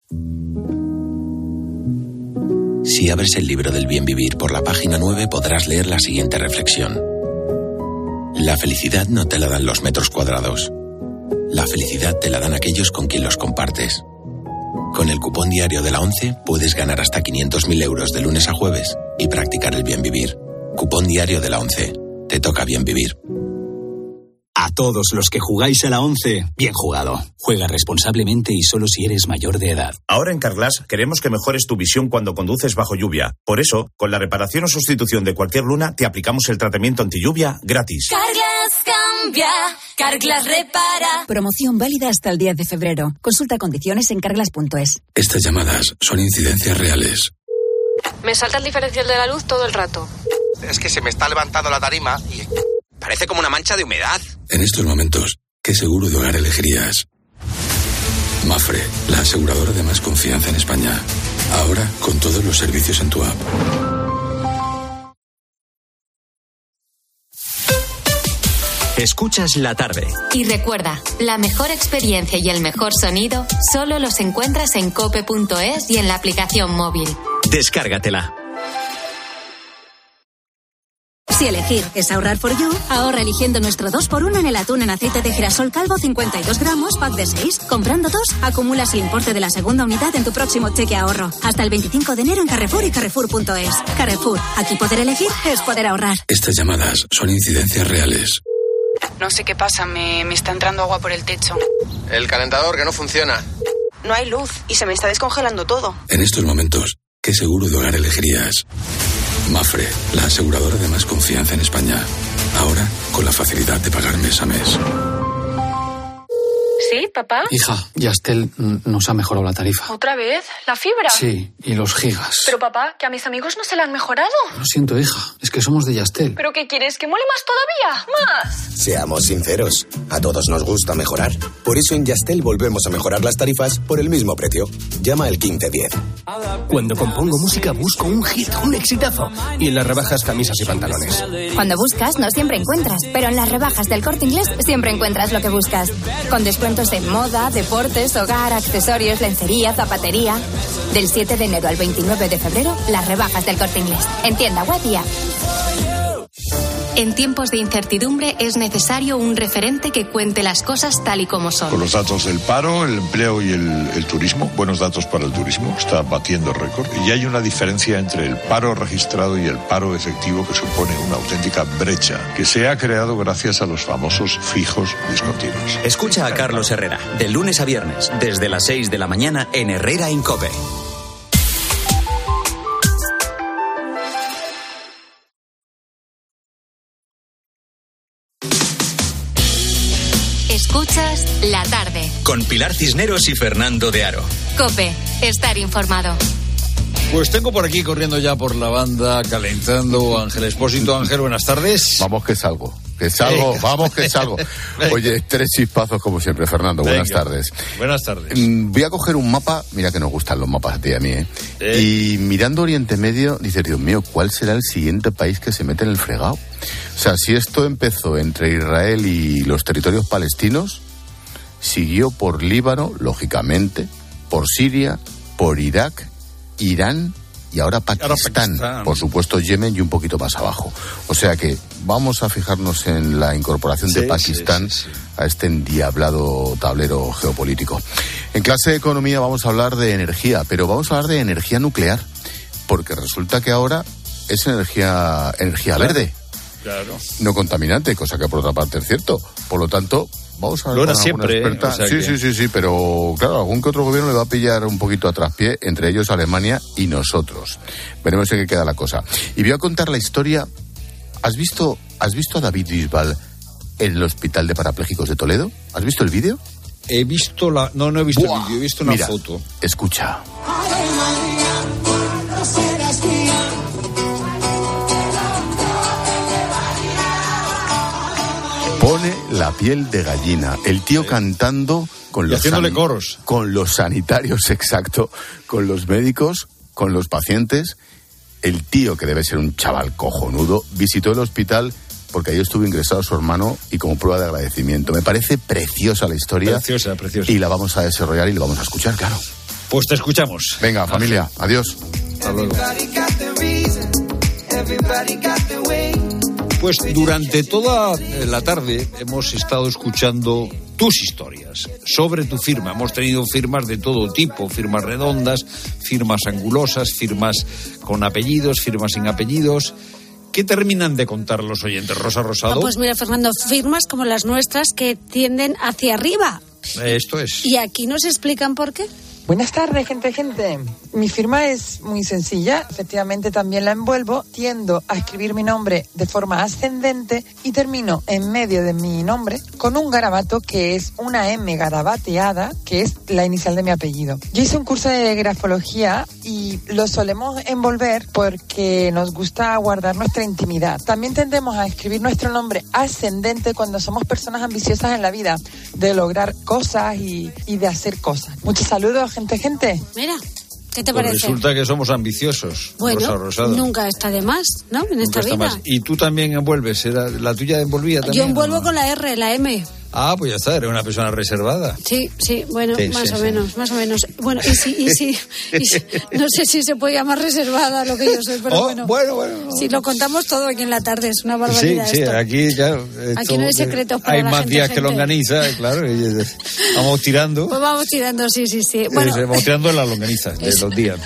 Si abres el libro del bien vivir por la página 9 podrás leer la siguiente reflexión. La felicidad no te la dan los metros cuadrados. La felicidad te la dan aquellos con quien los compartes. Con el cupón diario de la ONCE puedes ganar hasta 500.000 euros de lunes a jueves y practicar el bien vivir. Cupón diario de la ONCE. Te toca bien vivir. A todos los que jugáis a la 11, bien jugado. Juega responsablemente y solo si eres mayor de edad. Ahora en Carglass queremos que mejores tu visión cuando conduces bajo lluvia. Por eso, con la reparación o sustitución de cualquier luna, te aplicamos el tratamiento antilluvia gratis. Carglass cambia, Carglass repara. Promoción válida hasta el 10 de febrero. Consulta condiciones en carglass.es. Estas llamadas son incidencias reales. Me salta el diferencial de la luz todo el rato. Es que se me está levantando la tarima y parece como una mancha de humedad. En estos momentos, ¿qué seguro de hogar elegirías? Mapfre, la aseguradora de más confianza en España. Ahora con todos los servicios en tu app. Escuchas La Tarde. Y recuerda, la mejor experiencia y el mejor sonido solo los encuentras en cope.es y en la aplicación móvil. Descárgatela. Si elegir es ahorrar for you, ahorra eligiendo nuestro 2x1 en el atún en aceite de girasol calvo 52 gramos, pack de 6. Comprando 2, acumulas el importe de la segunda unidad en tu próximo cheque ahorro. Hasta el 25 de enero en Carrefour y Carrefour.es. Carrefour, aquí poder elegir es poder ahorrar. Estas llamadas son incidencias reales. No sé qué pasa, me está entrando agua por el techo. El calentador que no funciona. No hay luz y se me está descongelando todo. En estos momentos, ¿qué seguro de hogar elegirías? Mapfre, la aseguradora de más confianza en España. Ahora con la facilidad de pagar mes a mes. ¿Sí, papá? Hija, Yastel nos ha mejorado la tarifa. ¿Otra vez? ¿La fibra? Sí, y los gigas. Pero papá, que a mis amigos no se la han mejorado. Lo siento, hija, es que somos de Yastel. ¿Pero qué quieres? ¿Que mole más todavía? ¡Más! Seamos sinceros, a todos nos gusta mejorar. Por eso en Yastel volvemos a mejorar las tarifas por el mismo precio. Llama al 1510. Cuando compongo música busco un hit, un exitazo. Y en las rebajas, camisas y pantalones. Cuando buscas, no siempre encuentras. Pero en las rebajas del Corte Inglés siempre encuentras lo que buscas. Con descuentos de moda, deportes, hogar, accesorios, lencería, zapatería. Del 7 de enero al 29 de febrero, las rebajas del Corte Inglés. En tienda web y app. En tiempos de incertidumbre es necesario un referente que cuente las cosas tal y como son. Con los datos del paro, el empleo y el turismo, buenos datos para el turismo, está batiendo récord. Y hay una diferencia entre el paro registrado y el paro efectivo que supone una auténtica brecha que se ha creado gracias a los famosos fijos discontinuos. Escucha a Carlos Herrera, de lunes a viernes, desde las 6 de la mañana en Herrera en COPE. Escuchas La Tarde. Con Pilar Cisneros y Fernando de Aro. COPE, estar informado. Pues tengo por aquí corriendo ya por la banda, calentando Ángel Expósito. Ángel, buenas tardes. Vamos que salgo. Vamos que salgo. Oye, 3 chispazos como siempre, Fernando. Buenas tardes. Buenas tardes. Voy a coger un mapa, mira que nos gustan los mapas a ti y a mí, Y mirando Oriente Medio, dices, Dios mío, ¿cuál será el siguiente país que se mete en el fregado? O sea, si esto empezó entre Israel y los territorios palestinos, siguió por Líbano, lógicamente, por Siria, por Irak, Irán y ahora Pakistán, por supuesto Yemen y un poquito más abajo. O sea que vamos a fijarnos en la incorporación de Pakistán a este endiablado tablero geopolítico. En clase de economía vamos a hablar de energía, pero vamos a hablar de energía nuclear, porque resulta que ahora es energía verde. Claro. No contaminante, cosa que por otra parte es cierto. Por lo tanto, vamos a ver. Lo era siempre, experta. Sí, pero claro, algún que otro gobierno le va a pillar un poquito a traspié, entre ellos Alemania y nosotros. Veremos en qué queda la cosa. Y voy a contar la historia. ¿Has visto a David Bisbal en el Hospital de Parapléjicos de Toledo? ¿Has visto el vídeo? He visto No he visto el vídeo, he visto una foto. Escucha. Pone la piel de gallina. El tío cantando con los haciéndole coros. Con los sanitarios, exacto, con los médicos, con los pacientes. El tío, que debe ser un chaval cojonudo, visitó el hospital porque ahí estuvo ingresado su hermano y como prueba de agradecimiento. Me parece preciosa la historia. Preciosa. Y la vamos a desarrollar y la vamos a escuchar, claro. Pues te escuchamos. Venga, familia, adiós. Hasta luego. Pues durante toda la tarde hemos estado escuchando tus historias sobre tu firma. Hemos tenido firmas de todo tipo, firmas redondas, firmas angulosas, firmas con apellidos, firmas sin apellidos. ¿Qué terminan de contar los oyentes, Rosa Rosado? Pues mira, Fernando, firmas como las nuestras que tienden hacia arriba. Esto es. ¿Y aquí nos explican por qué? Buenas tardes, gente. Mi firma es muy sencilla, efectivamente también la envuelvo, tiendo a escribir mi nombre de forma ascendente y termino en medio de mi nombre con un garabato que es una M garabateada, que es la inicial de mi apellido. Yo hice un curso de grafología y lo solemos envolver porque nos gusta guardar nuestra intimidad. También tendemos a escribir nuestro nombre ascendente cuando somos personas ambiciosas en la vida, de lograr cosas y de hacer cosas. Muchos saludos, gente. Mira, ¿qué te pues parece? Resulta que somos ambiciosos. Bueno, Rosa Rosado. Nunca está de más, ¿no? En esta vida. Más. Y tú también envuelves, ¿la tuya envolvía también? Yo envuelvo con la R, la M. Ah, pues ya está, eres una persona reservada. Sí, bueno, sí, más o menos. Bueno, y si no sé si se puede llamar reservada lo que yo soy, pero bueno. Si lo contamos todo aquí en la tarde, es una barbaridad. Sí, esto. aquí, claro. Aquí no hay secretos para hay la más gente, días que longaniza, claro. Y vamos tirando. Pues vamos tirando, sí. Bueno, vamos tirando en la longaniza de los días.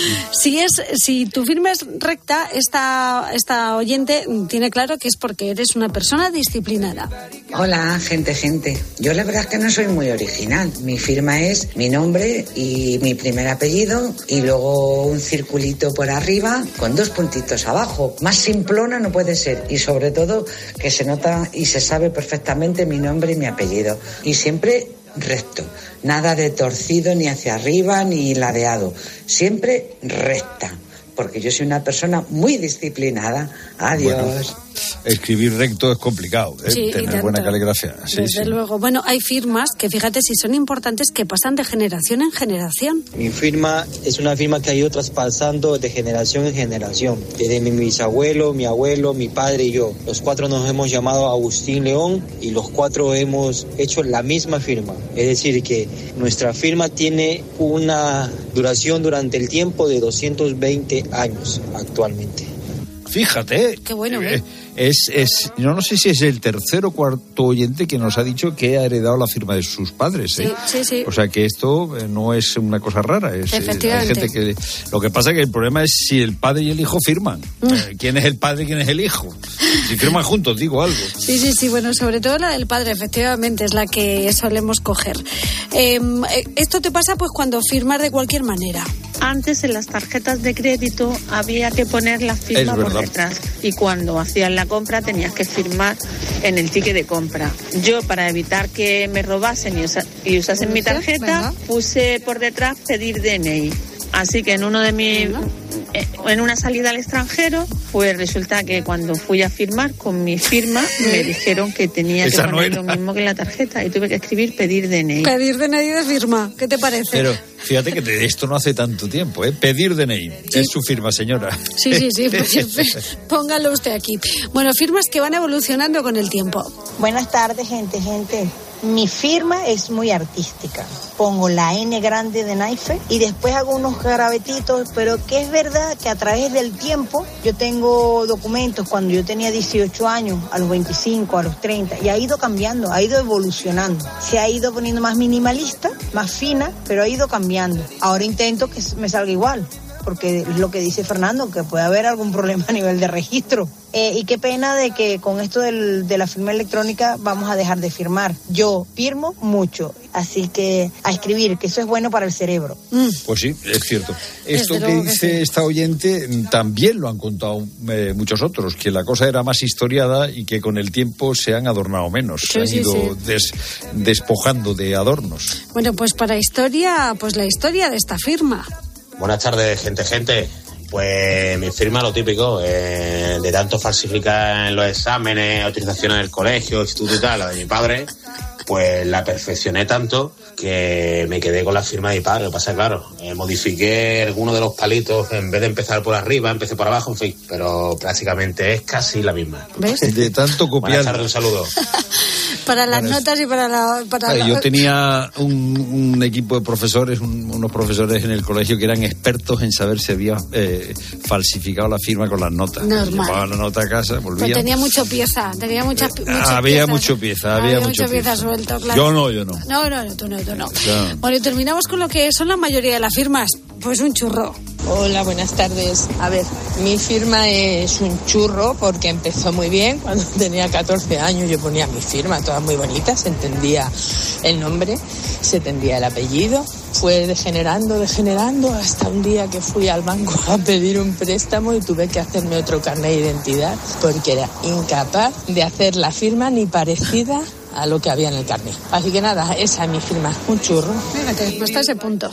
Si tu firma es recta, esta oyente tiene claro que es porque eres una persona disciplinada. Hola, gente. Yo la verdad es que no soy muy original. Mi firma es mi nombre y mi primer apellido y luego un circulito por arriba con 2 puntitos abajo. Más simplona no puede ser y sobre todo que se nota y se sabe perfectamente mi nombre y mi apellido. Y siempre recto. Nada de torcido ni hacia arriba ni ladeado. Siempre recta. Porque yo soy una persona muy disciplinada. Adiós. Bueno, escribir recto es complicado, tener buena caligrafía. Desde luego. Bueno, hay firmas que, fíjate, si son importantes, que pasan de generación en generación. Mi firma es una firma que ha ido traspasando de generación en generación. Desde mi bisabuelo, mi abuelo, mi padre y yo. Los 4 nos hemos llamado Agustín León y los 4 hemos hecho la misma firma. Es decir, que nuestra firma tiene una duración durante el tiempo de 220 años actualmente. Fíjate. Qué bueno. Yo no sé si es el tercer o cuarto oyente que nos ha dicho que ha heredado la firma de sus padres. Sí. O sea que esto no es una cosa rara. Efectivamente. Hay gente que, lo que pasa es que el problema es si el padre y el hijo firman. ¿Quién es el padre y quién es el hijo? Si firman juntos, digo algo. Sí. Bueno, sobre todo la del padre, efectivamente, es la que solemos coger. Esto te pasa pues cuando firmas de cualquier manera. Antes en las tarjetas de crédito había que poner la firma por detrás y cuando hacías la compra tenías que firmar en el ticket de compra. Yo, para evitar que me robasen y usasen mi tarjeta, puse por detrás pedir DNI. Así que en una salida al extranjero, pues resulta que cuando fui a firmar con mi firma me dijeron que tenía que poner lo mismo que en la tarjeta y tuve que escribir pedir DNI. Pedir DNI de firma, ¿qué te parece? Pero fíjate que esto no hace tanto tiempo, pedir DNI, es su firma, señora. Sí, pues, póngalo usted aquí. Bueno, firmas que van evolucionando con el tiempo. Buenas tardes, gente. Mi firma es muy artística. Pongo la N grande de Naife y después hago unos garabetitos, pero que es verdad que a través del tiempo yo tengo documentos cuando yo tenía 18 años, a los 25, a los 30, y ha ido cambiando, ha ido evolucionando. Se ha ido poniendo más minimalista, más fina, pero ha ido cambiando. Ahora intento que me salga igual, porque es lo que dice Fernando, que puede haber algún problema a nivel de registro. Y qué pena de que con esto de la firma electrónica vamos a dejar de firmar. Yo firmo mucho, así que a escribir, que eso es bueno para el cerebro. Pues sí, es cierto. Esto que dice esta oyente también lo han contado muchos otros, que la cosa era más historiada y que con el tiempo se han adornado menos, se han ido despojando de adornos. Bueno, pues para historia, pues la historia de esta firma. Buenas tardes, gente. Pues mi firma, lo típico, de tanto falsificar en los exámenes, autorizaciones del colegio, instituto y tal, la de mi padre, pues la perfeccioné tanto que me quedé con la firma de mi padre. Lo que pasa, claro, modifiqué algunos de los palitos, en vez de empezar por arriba, empecé por abajo, en fin, pero prácticamente es casi la misma. ¿Ves? De tanto copiar. Buenas tardes, un saludo. Para las notas y para la... Yo tenía un equipo de profesores, unos profesores en el colegio que eran expertos en saber si había falsificado la firma con las notas. Normal. Llevaban la nota a casa, volvían. Pues tenía mucha pieza. Había mucha pieza suelto, claro. Yo no. No, tú no. Claro. Bueno, y terminamos con lo que son la mayoría de las firmas. Pues un churro. Hola, buenas tardes. A ver, mi firma es un churro porque empezó muy bien. Cuando tenía 14 años yo ponía mi firma, todas muy bonitas, se entendía el nombre, se entendía el apellido. Fue degenerando hasta un día que fui al banco a pedir un préstamo y tuve que hacerme otro carnet de identidad porque era incapaz de hacer la firma ni parecida a lo que había en el carnet. Así que nada, esa es mi firma, un churro. Fíjate, hasta ese punto.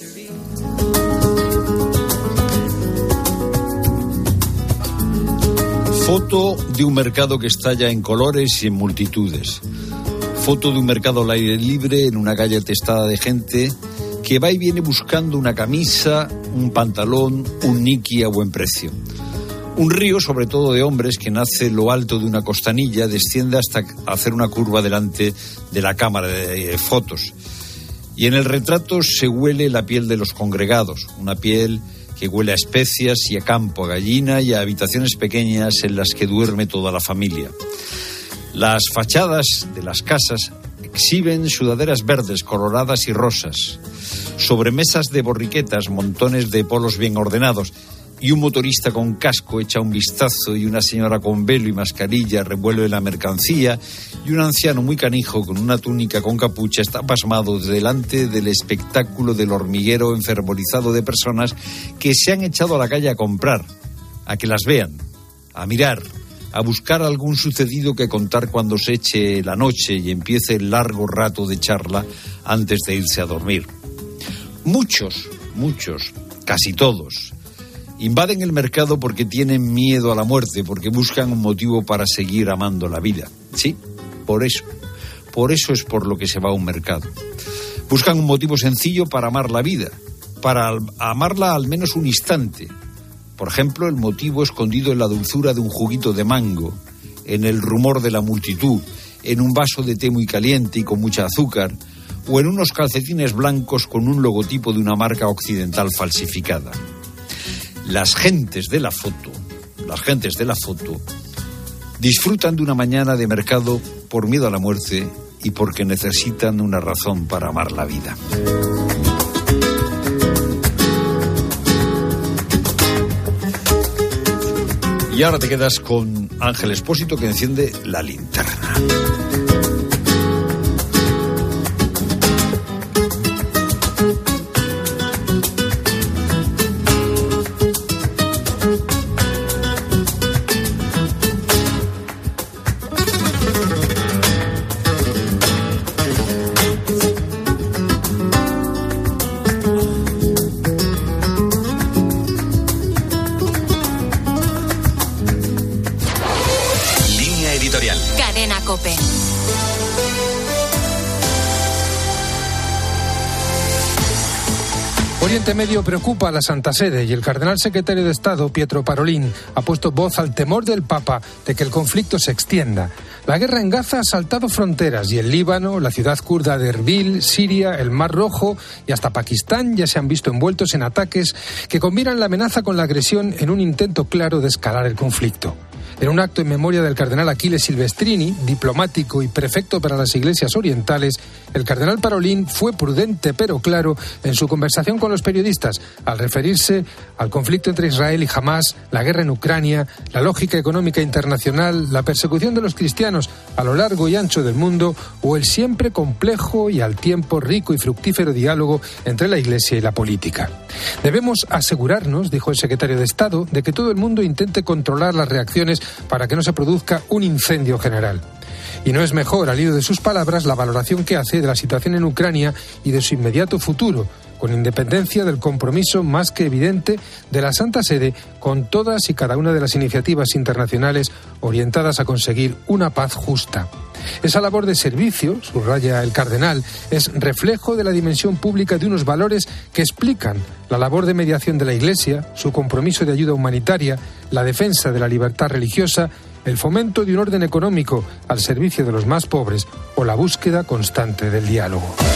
Foto de un mercado que estalla en colores y en multitudes. Foto de un mercado al aire libre en una calle atestada de gente que va y viene buscando una camisa, un pantalón, un niqui a buen precio. Un río, sobre todo de hombres, que nace en lo alto de una costanilla, desciende hasta hacer una curva delante de la cámara de fotos. Y en el retrato se huele la piel de los congregados, una piel que huele a especias y a campo, a gallina y a habitaciones pequeñas en las que duerme toda la familia. Las fachadas de las casas exhiben sudaderas verdes, coloradas y rosas. Sobre mesas de borriquetas, montones de polos bien ordenados. Y un motorista con casco echa un vistazo y una señora con velo y mascarilla revuelve la mercancía y un anciano muy canijo con una túnica con capucha está pasmado delante del espectáculo del hormiguero enfervorizado de personas que se han echado a la calle a comprar, a que las vean, a mirar, a buscar algún sucedido que contar cuando se eche la noche y empiece el largo rato de charla antes de irse a dormir. Muchos, casi todos, invaden el mercado porque tienen miedo a la muerte, porque buscan un motivo para seguir amando la vida. Sí, por eso es por lo que se va a un mercado. Buscan un motivo sencillo para amar la vida, para amarla al menos un instante. Por ejemplo, el motivo escondido en la dulzura de un juguito de mango, en el rumor de la multitud, en un vaso de té muy caliente y con mucha azúcar, o en unos calcetines blancos con un logotipo de una marca occidental falsificada. Las gentes de la foto disfrutan de una mañana de mercado por miedo a la muerte y porque necesitan una razón para amar la vida. Y ahora te quedas con Ángel Expósito, que enciende la linterna. COPE. Oriente Medio preocupa a la Santa Sede y el cardenal secretario de Estado, Pietro Parolin, ha puesto voz al temor del Papa de que el conflicto se extienda. La guerra en Gaza ha saltado fronteras y el Líbano, la ciudad kurda de Erbil, Siria, el Mar Rojo y hasta Pakistán ya se han visto envueltos en ataques que combinan la amenaza con la agresión en un intento claro de escalar el conflicto. En un acto en memoria del cardenal Achille Silvestrini, diplomático y prefecto para las iglesias orientales, el cardenal Parolin fue prudente pero claro en su conversación con los periodistas al referirse al conflicto entre Israel y Hamás, la guerra en Ucrania, la lógica económica internacional, la persecución de los cristianos a lo largo y ancho del mundo o el siempre complejo y al tiempo rico y fructífero diálogo entre la Iglesia y la política. Debemos asegurarnos, dijo el secretario de Estado, de que todo el mundo intente controlar las reacciones para que no se produzca un incendio general. Y no es mejor, al hilo de sus palabras, la valoración que hace de la situación en Ucrania y de su inmediato futuro, con independencia del compromiso más que evidente de la Santa Sede con todas y cada una de las iniciativas internacionales orientadas a conseguir una paz justa. Esa labor de servicio, subraya el cardenal, es reflejo de la dimensión pública de unos valores que explican la labor de mediación de la Iglesia, su compromiso de ayuda humanitaria, la defensa de la libertad religiosa, el fomento de un orden económico al servicio de los más pobres o la búsqueda constante del diálogo.